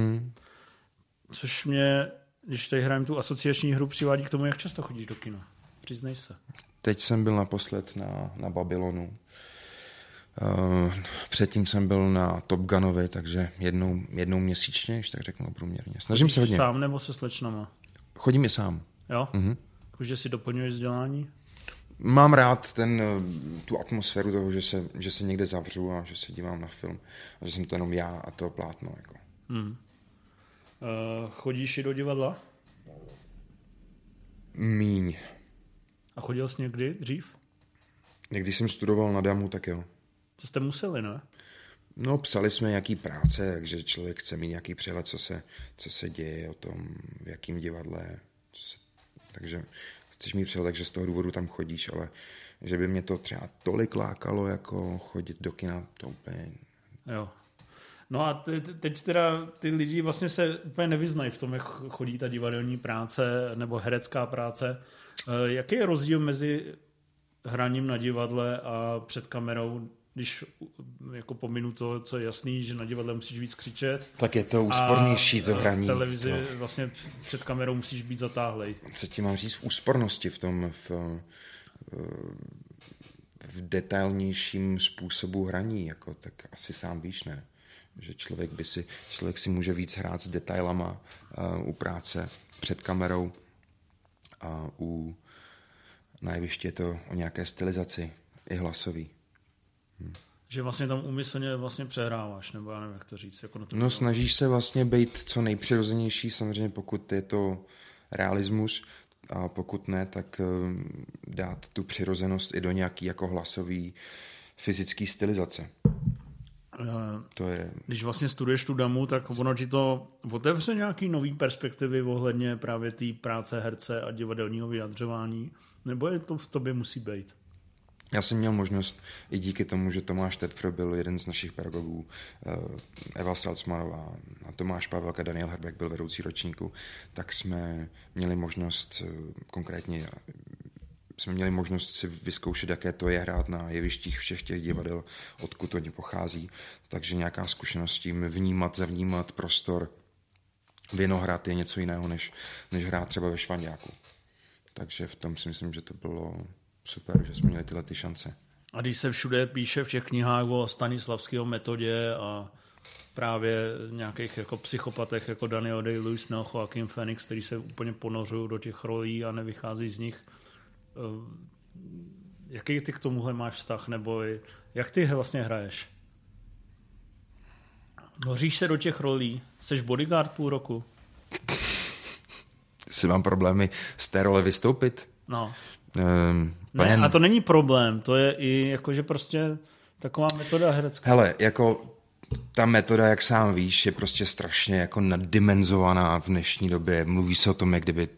Což mě, když tady hrajeme tu asociační hru, přivádí k tomu, jak často chodíš do kina. Přiznej se.
Teď jsem byl naposled na Babylonu. Předtím jsem byl na Top Gunovi, takže jednou měsíčně, když tak řeknu průměrně. Snažím se hodně.
Sám nebo se slečnama?
Chodím i sám.
Jo? Takže si doplňuješ vzdělání?
Mám rád tu atmosféru toho, že se někde zavřu a že se dívám na film. A že jsem to jenom já a to plátno. Jako.
Chodíš i do divadla?
Míň.
A chodil jsi někdy dřív?
Někdy jsem studoval na DAMu, tak jo.
To jste museli, ne?
No, psali jsme nějaký práce, takže člověk chce mít nějaký přehled, co se děje o tom, v jakým divadle. Takže chceš mít přehled, takže z toho důvodu tam chodíš, ale že by mě to třeba tolik lákalo, jako chodit do kina, to úplně...
Jo. No a teď teda ty lidi vlastně se úplně nevyznají v tom, jak chodí ta divadelní práce nebo herecká práce. Jaký je rozdíl mezi hraním na divadle a před kamerou, když jako pominu to, co je jasný, že na divadle musíš víc křičet.
Tak je to úspornější to hraní.
V televizi vlastně před kamerou musíš být zatáhlej.
Co ti mám říct v úspornosti, v detailnějším způsobu hraní, jako, tak asi sám víš, ne? Že člověk si může víc hrát s detailama u práce před kamerou a na jevišti je to o nějaké stylizaci, i hlasový.
Že vlastně tam úmyslně vlastně přehráváš, nebo já nevím, jak to říct. Jako
no snažíš se vlastně být co nejpřirozenější, samozřejmě pokud je to realismus, a pokud ne, tak dát tu přirozenost i do nějaký jako hlasový fyzický stylizace. To je...
Když vlastně studuješ tu DAMu, tak ono ti to otevře nějaký nový perspektivy ohledně právě té práce herce a divadelního vyjadřování, nebo je to v tobě musí být?
Já jsem měl možnost, i díky tomu, že Tomáš Tedfr byl jeden z našich pedagogů, Eva Salcmanová a Tomáš Pavelka, Daniel Herbek byl vedoucí ročníku, tak jsme měli možnost konkrétně jsme měli možnost si vyzkoušet, jaké to je hrát na jevištích všech těch divadel, odkud oni pochází. Takže nějaká zkušenost s tím zavnímat prostor. Vinohrad je něco jiného, než hrát třeba ve Švanďáku. Takže v tom si myslím, že to bylo super, že jsme měli tyhle ty šance.
A když se všude píše v těch knihách o Stanislavského metodě a právě nějakých jako psychopatech jako Daniel Day-Lewis nebo Joaquin Phoenix, který se úplně ponořují do těch rolí a nevychází z nich. Jaký ty k tomuhle máš vztah? Nebo jak ty vlastně hraješ? Noříš se do těch rolí? Jseš bodyguard půl roku?
Si mám problémy z té role vystoupit?
No. Ne, a to není problém, to je i jakože prostě taková metoda herecká.
Hele, jako ta metoda, jak sám víš, je prostě strašně jako naddimenzovaná v dnešní době. Mluví se o tom, jak kdyby...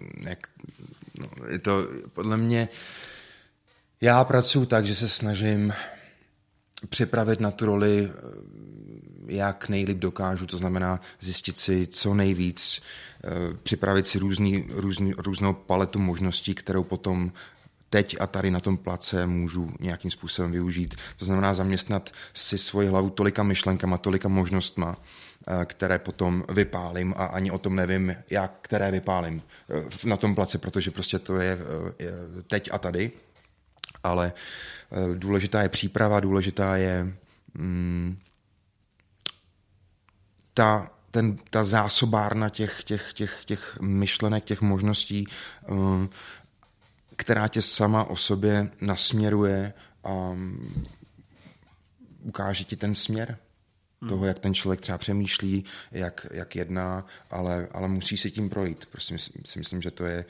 je to podle mě... Já pracuji tak, že se snažím připravit na tu roli, jak nejlíp dokážu, to znamená zjistit si co nejvíc, připravit si různou paletu možností, kterou potom teď a tady na tom place můžu nějakým způsobem využít. To znamená zaměstnat si svoji hlavu tolika myšlenkama, tolika možnostma, které potom vypálím a ani o tom nevím, které vypálím na tom place, protože prostě to je teď a tady. Ale důležitá je příprava, důležitá je ta zásobárna těch myšlenek, těch možností, která tě sama o sobě nasměruje a ukáže ti ten směr toho, jak ten člověk třeba přemýšlí, jak jedná, ale musí si tím projít. Prostě si myslím, že to je...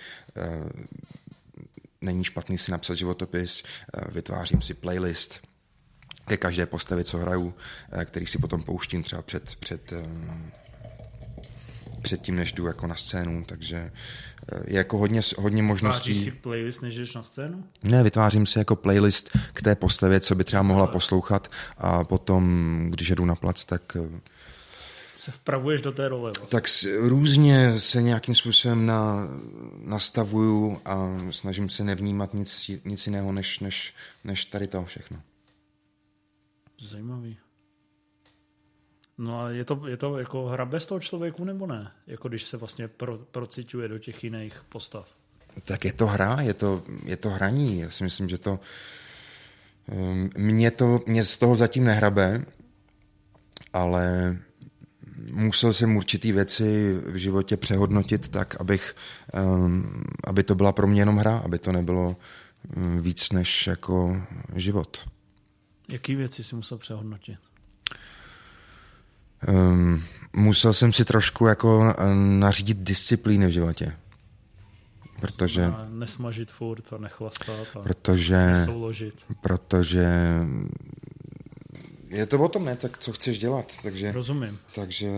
Není špatný si napsat životopis, vytvářím si playlist ke každé postavě, co hraju, který si potom pouštím třeba před tím, než jdu jako na scénu, takže je jako hodně možností.
Vytváříš si playlist, než jdeš na scénu?
Ne, vytvářím si jako playlist k té postavě, co by třeba mohla poslouchat a potom, když jdu na plac, tak...
Se vpravuješ do té role. Vlastně.
Tak různě se nějakým způsobem nastavuju a snažím se nevnímat nic jiného, než tady to všechno.
Zajímavý. No a je to jako hra bez toho člověku, nebo ne? Jako když se vlastně prociťuje do těch jiných postav.
Tak je to hra, je to hraní. Já si myslím, že to mě z toho zatím nehrabe, ale musel jsem určitý věci v životě přehodnotit tak, aby to byla pro mě jenom hra, aby to nebylo víc než jako život.
Jaký věci jsi musel přehodnotit?
Musel jsem si trošku jako nařídit disciplíny v životě. Protože...
Nesmažit furt a nechlastat a
nesouložit. Protože je to o tom, ne? Tak co chceš dělat? Takže,
rozumím.
Takže...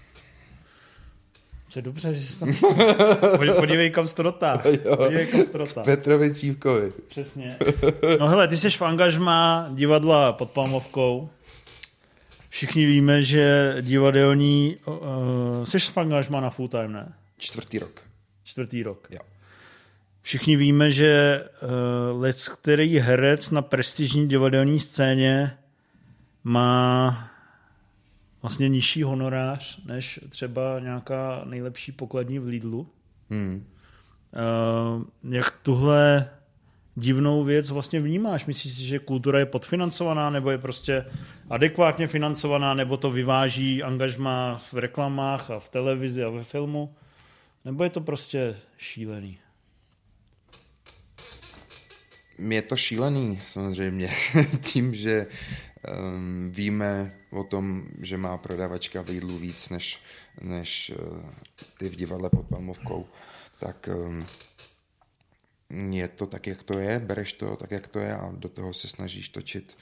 Je dobře, že jsi tam... Podívej, kam jsi to dotáhl.
Petrovi Cívkovi.
Přesně. No hele, ty jsi v angažmá divadla pod Palmovkou. Všichni víme, že divadelní... jsi v angažmá na full time, ne?
Čtvrtý rok.
Jo. Všichni víme, že který herec na prestižní divadelní scéně má vlastně nižší honorář než třeba nějaká nejlepší pokladní v Lidlu. Jak tuhle divnou věc vlastně vnímáš? Myslíš si, že kultura je podfinancovaná, nebo je prostě adekvátně financovaná, nebo to vyváží angažmá v reklamách a v televizi a ve filmu? Nebo je to prostě šílený?
Je to šílený, samozřejmě. Tím, že víme o tom, že má prodavačka v Lidlu víc než ty v divadle pod Palmovkou, tak je to tak, jak to je, bereš to tak, jak to je a do toho se snažíš točit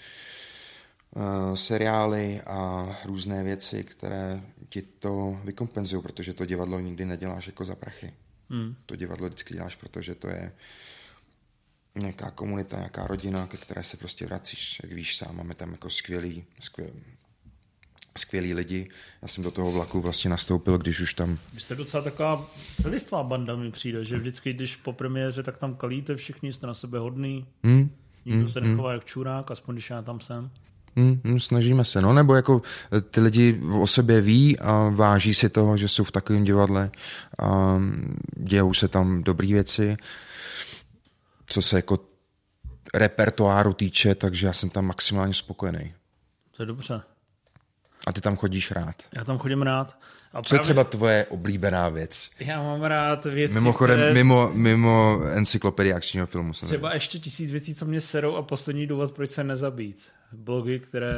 seriály a různé věci, které ti to vykompenzují, protože to divadlo nikdy neděláš jako za prachy. To divadlo vždycky děláš, protože to je nějaká komunita, nějaká rodina, ke které se prostě vracíš, jak víš sám, máme tam jako skvělí lidi. Já jsem do toho vlaku vlastně nastoupil, když už tam...
Vy jste docela taková celistvá banda mi přijde, že vždycky, když po premiéře, tak tam kalíte všichni, jste na sebe hodný. Nikdo se nechová jak čurák, aspoň když já tam jsem.
Snažíme se, no, nebo jako ty lidi o sobě ví a váží si toho, že jsou v takovém divadle a dějou se tam dobré věci, co se jako repertoáru týče, takže já jsem tam maximálně spokojený.
To je dobře.
A ty tam chodíš rád?
Já tam chodím rád. A
co je třeba tvoje oblíbená věc?
Já mám rád věci,
mimochodem, mimo encyklopedii akčního filmu.
Třeba ještě 1000 věcí, co mě serou a poslední důvod, proč se nezabít. Blogy,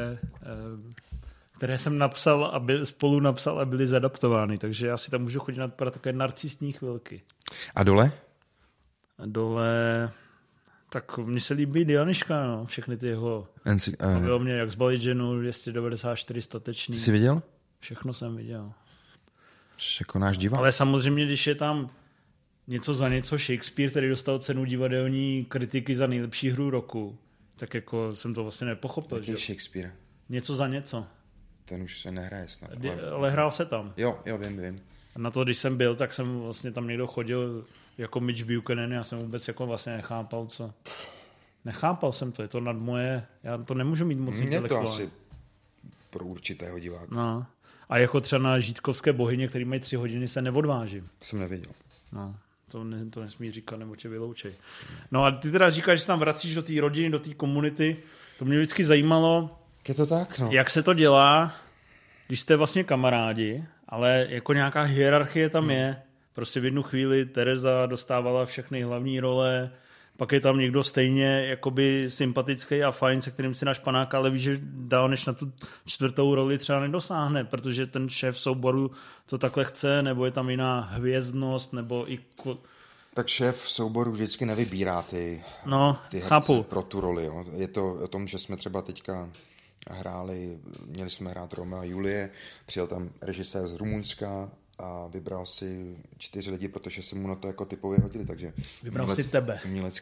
které jsem napsal a spolu napsal a byly zadaptovány, takže já si tam můžu chodit na takové narcistní chvilky.
A dole?
A dole... Tak mně se líbí Dianiška, no. Všechny ty jeho... Bylo mě jak zbalit ženu, 294 statečný.
Jsi viděl?
Všechno jsem viděl.
Jako náš divák.
Ale samozřejmě, když je tam něco za něco Shakespeare, který dostal cenu divadelní kritiky za nejlepší hru roku, tak jako jsem to vlastně nepochopil.
Jaký Shakespeare?
Něco za něco.
Ten už se nehraje snad.
Ale hrál se tam.
Jo, vím.
A na to, když jsem byl, tak jsem vlastně tam někdo chodil jako Mitch Buchanan, já jsem vůbec jako vlastně nechápal, co... Nechápal jsem to, je to nad moje... Já to nemůžu mít moc intelektuálně.
Je to asi pro určitého diváka.
No. A jako třeba na Žítkovské bohyně, který mají 3 hodiny, se neodvážím.
Jsem neviděl.
No, to nesmí říkat, nebo tě vyloučej. No a ty teda říkáš, že se tam vracíš do té rodiny, do té komunity. To mě vždycky zajímalo,
je to tak, no.
Jak se to dělá, když jste vlastně kamarádi, ale jako nějaká hierarchie tam je. Prostě v jednu chvíli Tereza dostávala všechny hlavní role, pak je tam někdo stejně jakoby sympatický a fajn, se kterým si náš panák, ale víš, že dál než na tu 4. roli třeba nedosáhne, protože ten šéf souboru to takhle chce, nebo je tam jiná hvězdnost, nebo i...
Tak šéf souboru vždycky nevybírá ty
chápu.
Pro tu roli. Jo. Je to o tom, že jsme třeba teďka měli jsme hrát Romea a Julie, přijel tam režisér z Rumunska a vybral si 4 lidi, protože se mu na to jako typově hodili, takže
vybral si tebe.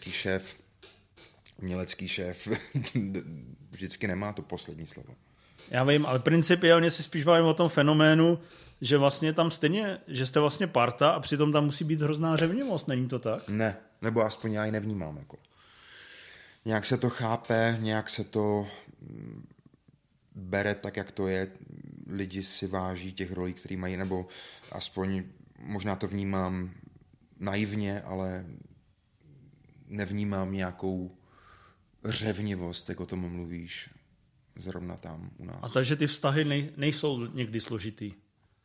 Umělecký šéf vždycky nemá to poslední slovo.
Já vím, ale principiálně si spíš bavím o tom fenoménu, že vlastně tam stejně, že jste vlastně parta a přitom tam musí být hrozná řevnivost, není to tak?
Ne, nebo aspoň já ji nevnímám. Jako. Nějak se to chápe, nějak se to bere tak, jak to je. Lidi si váží těch rolí, které mají, nebo aspoň možná to vnímám naivně, ale nevnímám nějakou řevnivost, jak o tom mluvíš, zrovna tam u nás.
A takže ty vztahy nejsou někdy složitý?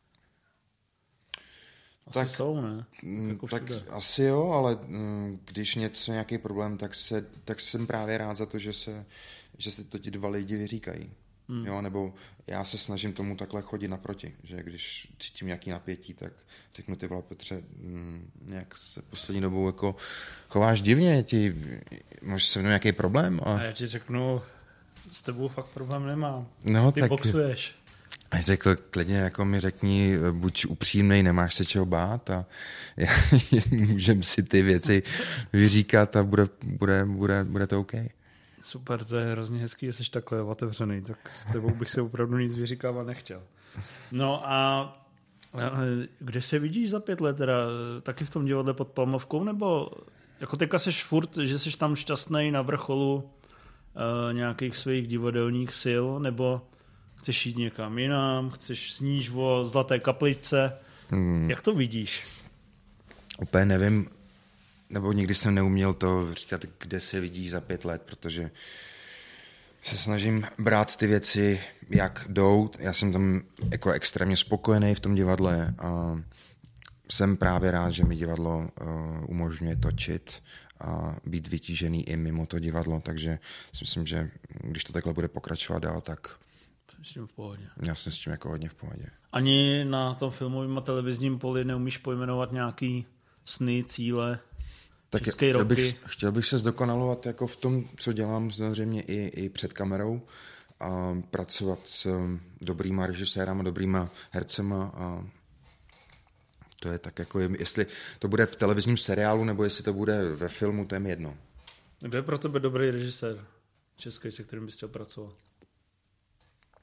Asi jsou, ne?
Tak asi jo, ale když nějaký problém, tak jsem právě rád za to, že se to ti 2 lidi vyříkají. Jo, nebo já se snažím tomu takhle chodit naproti, že když cítím nějaký napětí, tak řeknu ty vole Petře, nějak se poslední dobou jako chováš divně, máš se mnou nějaký problém?
A já ti řeknu, s tebou fakt problém nemám.
No,
ty boxuješ.
A řekl, klidně jako mi řekni, buď upřímnej, nemáš se čeho bát a můžem si ty věci vyříkat a bude to OK.
Super, to je hrozně hezký, že jsi takhle otevřený, tak s tebou bych se opravdu nic vyříkávat nechtěl. No a kde se vidíš za 5 let teda? Taky v tom divadle pod Palmovkou, nebo jako teďka seš furt, že jsi tam šťastnej na vrcholu nějakých svých divadelních sil, nebo chceš jít někam jinam, chceš sníš o Zlaté kapličce? Jak to vidíš?
Úplně nevím, nebo nikdy jsem neuměl to říkat, kde se vidíš za 5 let, protože se snažím brát ty věci, jak jdou. Já jsem tam jako extrémně spokojený v tom divadle a jsem právě rád, že mi divadlo umožňuje točit a být vytížený i mimo to divadlo, takže si myslím, že když to takhle bude pokračovat dál, tak
s tím v pohodě.
Já jsem s tím jako hodně v pohodě.
Ani na tom filmovém a televizním poli neumíš pojmenovat nějaký sny, cíle,
tak
české roky?
Chtěl bych se zdokonalovat jako v tom, co dělám samozřejmě i před kamerou a pracovat s dobrýma režisérama, dobrýma hercema a to je tak jako, jestli to bude v televizním seriálu nebo jestli to bude ve filmu, to je mi jedno.
Kdo je pro tebe dobrý režisér český, se kterým bys chtěl pracovat?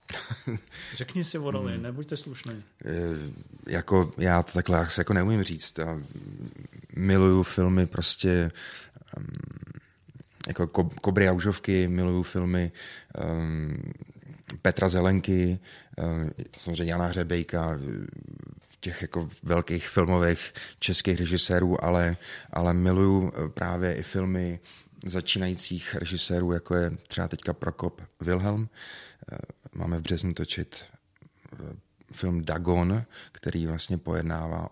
Řekni si o roli, nebuďte slušný.
Jako, já to takhle jako neumím říct. Já miluju filmy prostě jako Kobry a užovky, miluju filmy Petra Zelenky, samozřejmě Jana Hřebejka, těch jako velkých filmových českých režisérů, ale miluju právě i filmy začínajících režisérů, jako je třeba teďka Prokop Wilhelm. Máme v březnu točit film Dagon, který vlastně pojednává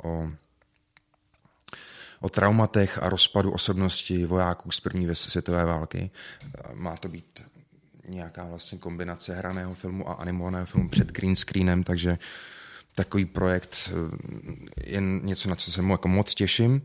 o traumatech a rozpadu osobnosti vojáků z první světové války. Má to být nějaká vlastně kombinace hraného filmu a animovaného filmu před green screenem, takže takový projekt je něco, na co se mu jako moc těším.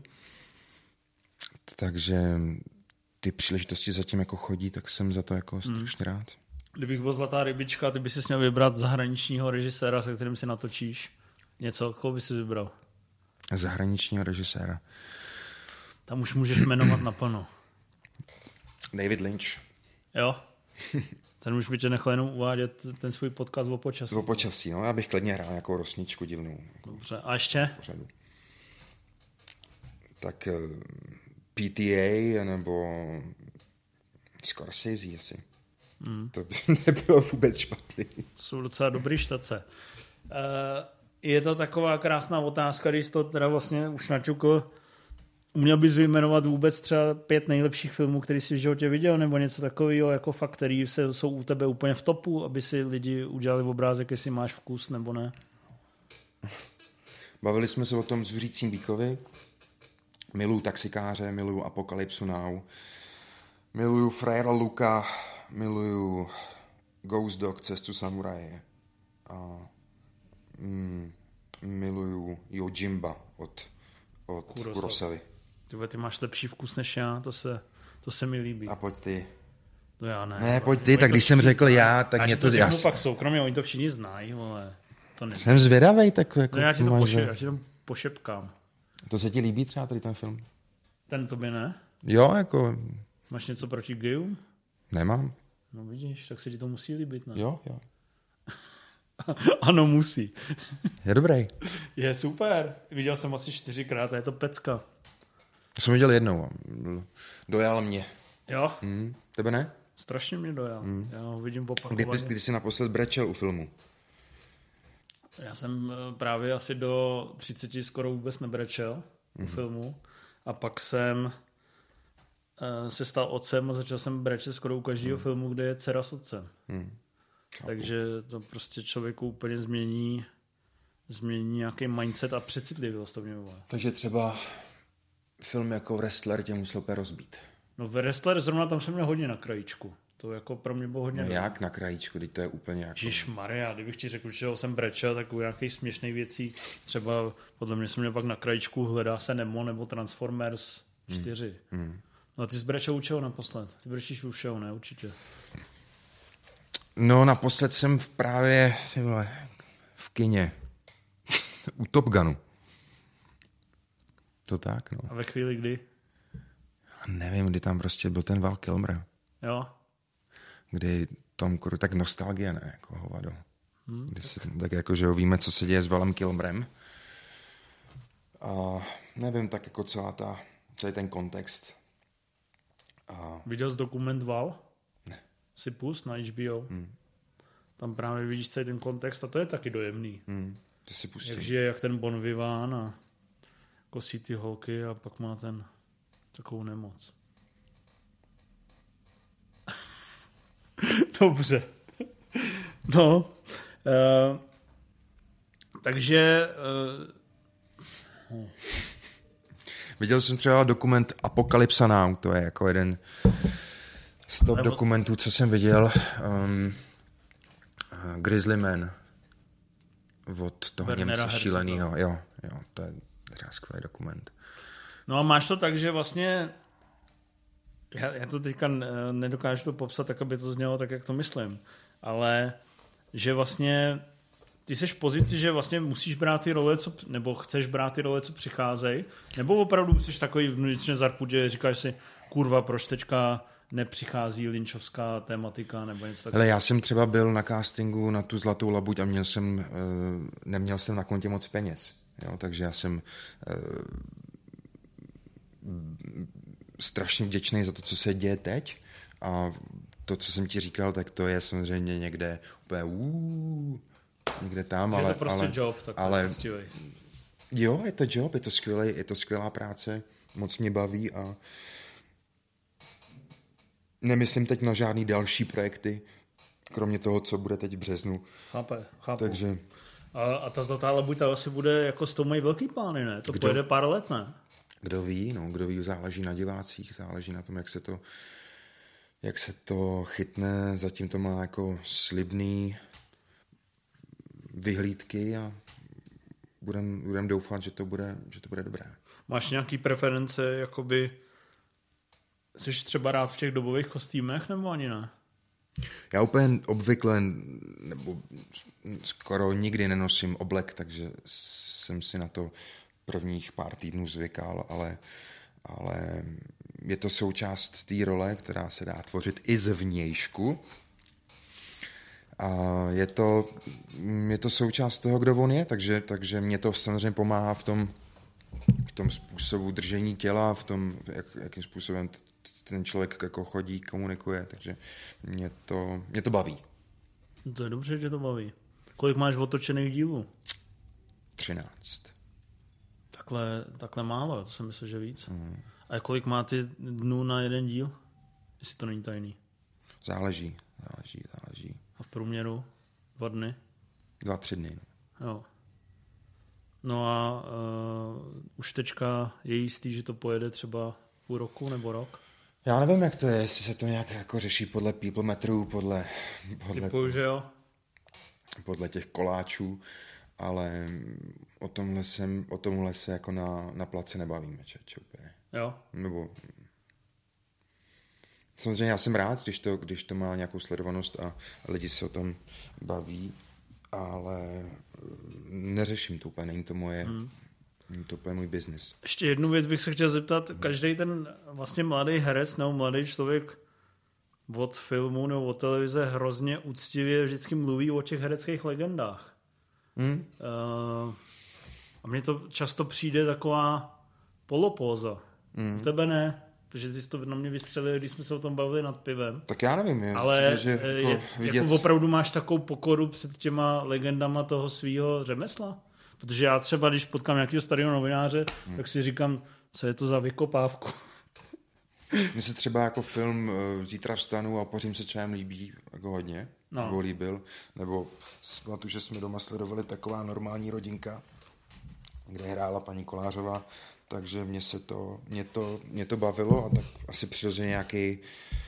Takže ty příležitosti zatím jako chodí, tak jsem za to jako strašně rád.
Kdybych byl zlatá rybička, ty bys si měl vybrat zahraničního režiséra, se kterým si natočíš něco, koho bys si vybral?
Zahraničního režiséra.
Tam už můžeš jmenovat naplno.
David Lynch.
Jo? Ten už by tě nechal jenom uvádět ten svůj podcast o počasí.
O počasí, no. Já bych klidně hrál nějakou rosničku divnou.
Dobře. A ještě?
Pořadu. Tak PTA nebo Scorsese asi. To by nebylo vůbec špatný.
Jsou docela dobrý štace. Je to taková krásná otázka, když to teda vlastně už načukl. Uměl bys vyjmenovat vůbec třeba 5 nejlepších filmů, který jsi v životě viděl, nebo něco takového, jako fakt, který jsou u tebe úplně v topu, aby si lidi udělali obrázek, jestli máš vkus, nebo ne?
Bavili jsme se o tom Zuřícím býkovi. Miluju Taxikáře, miluju Apokalypsu Now, miluju Frajera Luka, miluju Ghost Dog, Cestu samuraje a miluju Yojimba od Kurosavy.
Ty máš lepší vkus než já, to se mi líbí.
A pojď ty.
To já ne.
Ne, pojď ty, tak když jsem řekl já, tak mě to...
Já pak soukromně, oni to všichni znají, ale to ne.
Jsem zvědavej, tak jako...
No já ti to pošepkám.
To se ti líbí třeba tady ten film?
Ten tobě ne?
Jo, jako...
Máš něco proti gayům?
Nemám.
No vidíš, tak se ti to musí líbit, ne?
Jo.
Ano, musí.
Je dobrý.
Je super. Viděl jsem asi 4krát a je to pecka.
Já jsem viděl jednou. Dojal mě.
Jo?
Tebe ne?
Strašně mě dojal. Já ho vidím opakovaně.
Kdy jsi naposled brečel u filmu?
Já jsem právě asi do 30 skoro vůbec nebrečel u filmu. A pak jsem se stal otcem a začal jsem brečet skoro u každého filmu, kde je dcera s otcem. Takže to prostě člověku úplně změní nějaký mindset a přecitlivost. To mě bavilo.
Takže třeba film jako Wrestler tě musel rozbít.
No Wrestler zrovna tam jsem měl hodně na krajíčku. To jako pro mě bylo hodně...
No jak na krajíčku, teď to je úplně jako...
Ježišmarja, kdybych ti řekl, že jsem brečel, tak u nějakých směšných věcí, třeba podle mě jsem měl pak na krajíčku Hledá se Nemo nebo Transformers 4. No a ty jsi brečel u čeho naposled? Ty brečíš u všeho, ne? Určitě.
No naposled jsem právě v kině. U Top Gunu. To tak, no.
A ve chvíli kdy?
Nevím, kdy tam prostě byl ten Val Kilmer.
Jo.
Kdy Tom Cruise, tak nostalgie, ne, jako hovado. Tak jako, že víme, co se děje s Valem Kilmerem. A nevím, tak jako celý ten kontext.
Viděl jsi dokument Val?
Ne.
Si pust na HBO. Tam právě vidíš celý ten kontext a to je taky dojemný.
To si pustím.
Jak žije, jak ten Bon Vivant a kosí ty holky a pak má ten takovou nemoc. Dobře. No. Takže...
Viděl jsem třeba dokument Apokalypsa Now, to je jako jeden z top dokumentů, co jsem viděl. Grizzly Man od toho Němce šílenýho. Jo, to je třeba skvělý dokument.
No a máš to tak, že vlastně já to teďka nedokážu to popsat tak, aby to znělo tak, jak to myslím, ale že vlastně ty jsi v pozici, že vlastně musíš brát ty role, nebo chceš brát ty role, co přicházejí, nebo opravdu jsi takový vnitřně zarput, že říkáš si, kurva, proč teďka nepřichází lynchovská tématika nebo něco takového.
Ale já jsem třeba byl na castingu na tu Zlatou labuť a neměl jsem na kontě moc peněz. Jo? Takže já jsem strašně vděčný za to, co se děje teď. A to, co jsem ti říkal, tak to je samozřejmě někde úplně někde tam.
Je to prostě job,
ale jo, je to job, je to skvělá práce, moc mě baví a nemyslím teď na žádný další projekty, kromě toho, co bude teď v březnu.
Chápu.
Takže...
A ta Zlatá labuť asi bude, jako s tou mají velký plány, ne? To pojede pár let, ne?
Kdo ví, záleží na divácích, záleží na tom, jak se to chytne. Zatím to má jako slibný vyhlídky a budem doufat, že to bude dobré. Máš
nějaký preference, jakoby jsi třeba rád v těch dobových kostýmech, nebo ani ne?
Já úplně obvykle, nebo skoro nikdy nenosím oblek, takže jsem si na to prvních pár týdnů zvykal, ale je to součást té role, která se dá tvořit i zevnějšku. A je to součást toho, kdo on je, takže mě to samozřejmě pomáhá v tom způsobu držení těla, v tom, jakým způsobem ten člověk jako chodí, komunikuje, takže mě to baví.
To je dobře, že to baví. Kolik máš otočených dílů?
13.
Takhle málo, to jsem myslel, že víc. A kolik máte dnů na jeden díl? Jestli to není tajný.
Záleží.
A v průměru 2 dny?
2-3 dny.
Jo. No a už teďka je jistý, že to pojede třeba půl roku nebo rok?
Já nevím, jak to je, jestli se to nějak jako řeší podle people metrů, podle
Typuju, že jo?
Podle těch koláčů, ale o tomhle se jako na place nebavíme, úplně.
Jo?
Nebo samozřejmě já jsem rád, když to má nějakou sledovanost a lidi se o tom baví, ale neřeším to úplně, není to můj biznis.
Ještě jednu věc bych se chtěl zeptat. Každý ten vlastně mladý herec nebo mladý člověk od filmu nebo od televize hrozně úctivě vždycky mluví o těch hereckých legendách. A mně to často přijde taková polopóza. U tebe ne, protože jsi to na mě vystřelil, když jsme se o tom bavili nad pivem.
Tak já nevím.
Ale jako opravdu máš takovou pokoru před těma legendama toho svýho řemesla? Protože já třeba, když potkám nějakého starého novináře, tak si říkám, co je to za vykopávku.
Mně se třeba jako film Zítra vstanu a pořím se čajem líbí jako hodně.
No.
Nebo líbil. Nebo tu, že jsme doma sledovali Taková normální rodinka, kde hrála paní Kolářová, takže mě to bavilo a tak asi přirozeně nějaký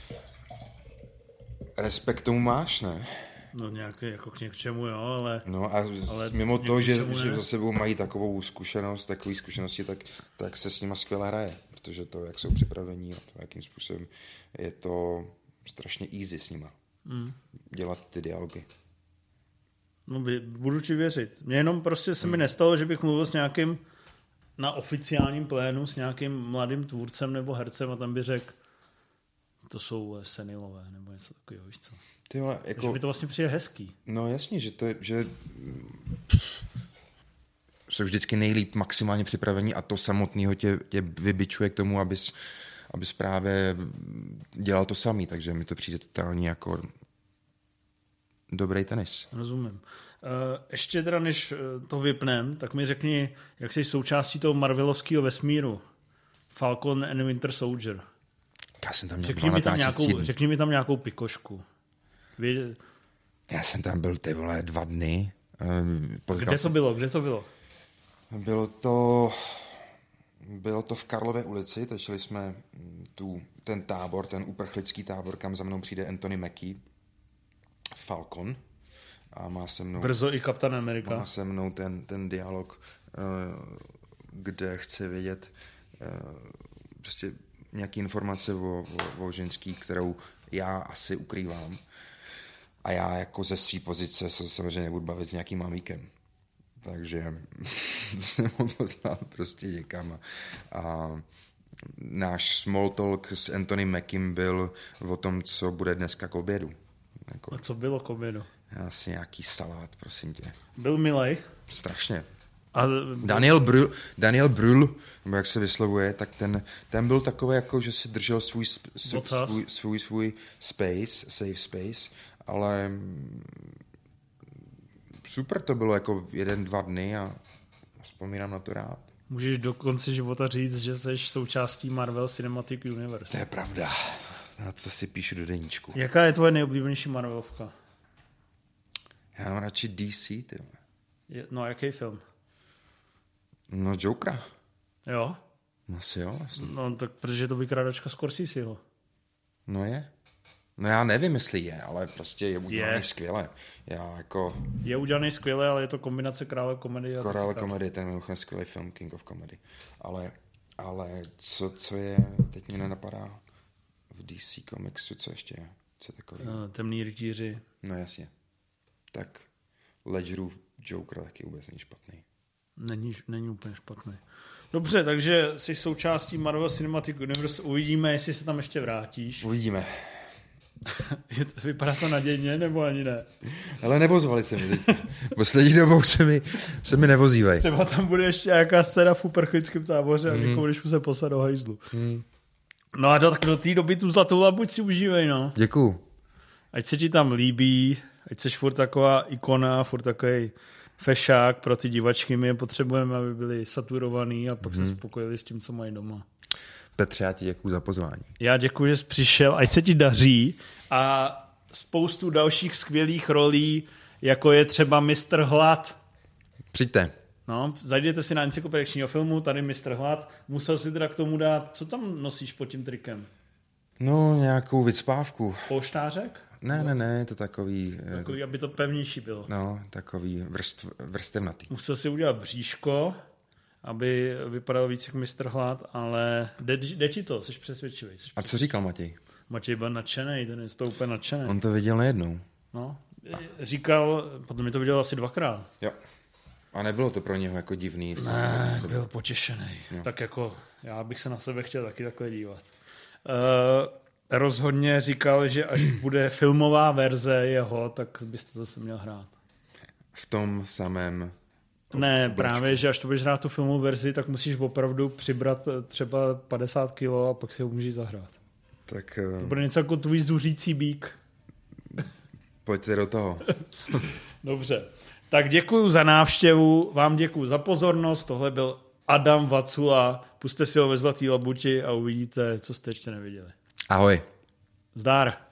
respekt tomu máš, ne?
No nějaký jako k něčemu, jo, ale...
No a mimo to, že za sebou mají takovou zkušenost, takové zkušenosti, tak se s nima skvěle hraje, protože to, jak jsou připravení a to, jakým způsobem je to strašně easy s nima. Dělat ty dialogy.
No budu ti věřit. Mně jenom prostě se mi nestalo, že bych mluvil s nějakým na oficiálním plénu s nějakým mladým tvůrcem nebo hercem a tam by řekl, to jsou senilové, nebo něco takového, víš co?
Jako...
Takže mi to vlastně přijde hezký.
No jasně, že jsou vždycky nejlíp maximálně připravení a to samotného tě vybičuje k tomu, abys právě dělal to samý, takže mi to přijde totálně jako dobrý tenis.
Rozumím. Ještě teda, než to vypnem, tak mi řekni, jak jsi součástí toho marvelovského vesmíru. Falcon and Winter Soldier.
Já jsem tam měl
řekni mi tam nějakou pikošku.
Já jsem tam byl, 2 dny.
Kde to bylo?
Bylo to v Karlově ulici, točili jsme ten tábor, ten uprchlický tábor, kam za mnou přijde Anthony Mackie, Falcon, a má se mnou...
Brzo i Kapitán Amerika.
Má se mnou ten dialog, kde chce vědět prostě nějaké informace o ženský, kterou já asi ukrývám. A já jako ze své pozice se samozřejmě nebudu bavit s nějakým mamíkem. Takže jsem ho poslal prostě někam a náš small talk s Anthony Mackiem byl o tom, co bude dneska k obědu. Jako,
A co bylo k obědu?
asi nějaký salát, prosím tě.
Byl milej.
Strašně.
A
Daniel Brühl, nebo jak se vyslovuje, tak ten byl takový, jako, že si držel svůj space, safe space, ale super to bylo jako 1-2 dny a vzpomínám na to rád.
Můžeš do konce života říct, že jsi součástí Marvel Cinematic Universe.
To je pravda. Na to si píšu do deníčku.
Jaká je tvoje nejoblíbenější Marvelovka?
Já mám radši DC, ty.
No, jaký film?
No, Jokera.
Jo?
Asi jo. Vlastně.
No, tak protože je to vykrádačka Scorseseho.
No je. No já nevím, jestli je, ale prostě je udělaný skvěle.
Je udělaný skvěle, ale je to kombinace Krále komedie.
Krále komedie, ten mimochodem skvělý film, King of Comedy. Ale co je, teď mě nenapadá v DC Comicsu, co ještě je? Co takový?
Temný rytíři.
No jasně. Tak Ledgerův Joker taky vůbec není špatný.
Není úplně špatný. Dobře, takže jsi součástí Marvel Cinematic Universe. Uvidíme, jestli se tam ještě vrátíš.
Uvidíme.
Vypadá to nadějně, nebo ani ne?
Ale nevozvali se mi teď. Poslední dobou se mi nevozívají.
Třeba tam bude ještě nějaká scéna v uprchlickém táboře a někomu, když mu se poslat do hajzlu. No a tak do té doby tu zlatou labuť si užívej, no.
Děkuju.
Ať se ti tam líbí, ať seš furt taková ikona, furt takový fešák pro ty divačky. My je potřebujeme, aby byli saturovaný a pak se spokojili s tím, co mají doma.
Petře, já ti děkuju za pozvání.
Já děkuji, že jsi přišel, ať se ti daří a spoustu dalších skvělých rolí, jako je třeba Mr. Hlad.
Přijďte.
No, zajděte si na encyklopedičního filmu, tady Mr. Hlad. Musel si teda k tomu dát, co tam nosíš pod tím trikem?
No, nějakou vycpávku.
Polštářek?
Ne, je to takový...
Takový, aby to pevnější bylo.
No, takový vrstevnatý.
Musel si udělat bříško, aby vypadal víc jak Mr. Hlad, ale jde ti to, jsi přesvědčivý.
A co říkal Matěj?
Matěj byl nadšenej, ten je to úplně nadšený.
On to viděl nejednou.
No, říkal, potom mi to viděl asi 2krát.
Jo. A nebylo to pro něho jako divný?
Ne, byl potěšený. Jo. Tak jako já bych se na sebe chtěl taky takhle dívat. Rozhodně říkal, že až bude filmová verze jeho, tak byste to se měl hrát.
V tom samém...
Ne, právě, že až to budeš hrát tu filmovou verzi, tak musíš opravdu přibrat třeba 50 kilo a pak si ho můžeš zahrát.
Tak...
To bude něco jako tvůj zuřící bík.
Pojďte do toho.
Dobře. Tak děkuju za návštěvu, vám děkuju za pozornost. Tohle byl Adam Vacula. Pusťte si ho ve Zlatý labuti a uvidíte, co jste ještě neviděli.
Ahoj.
Zdar.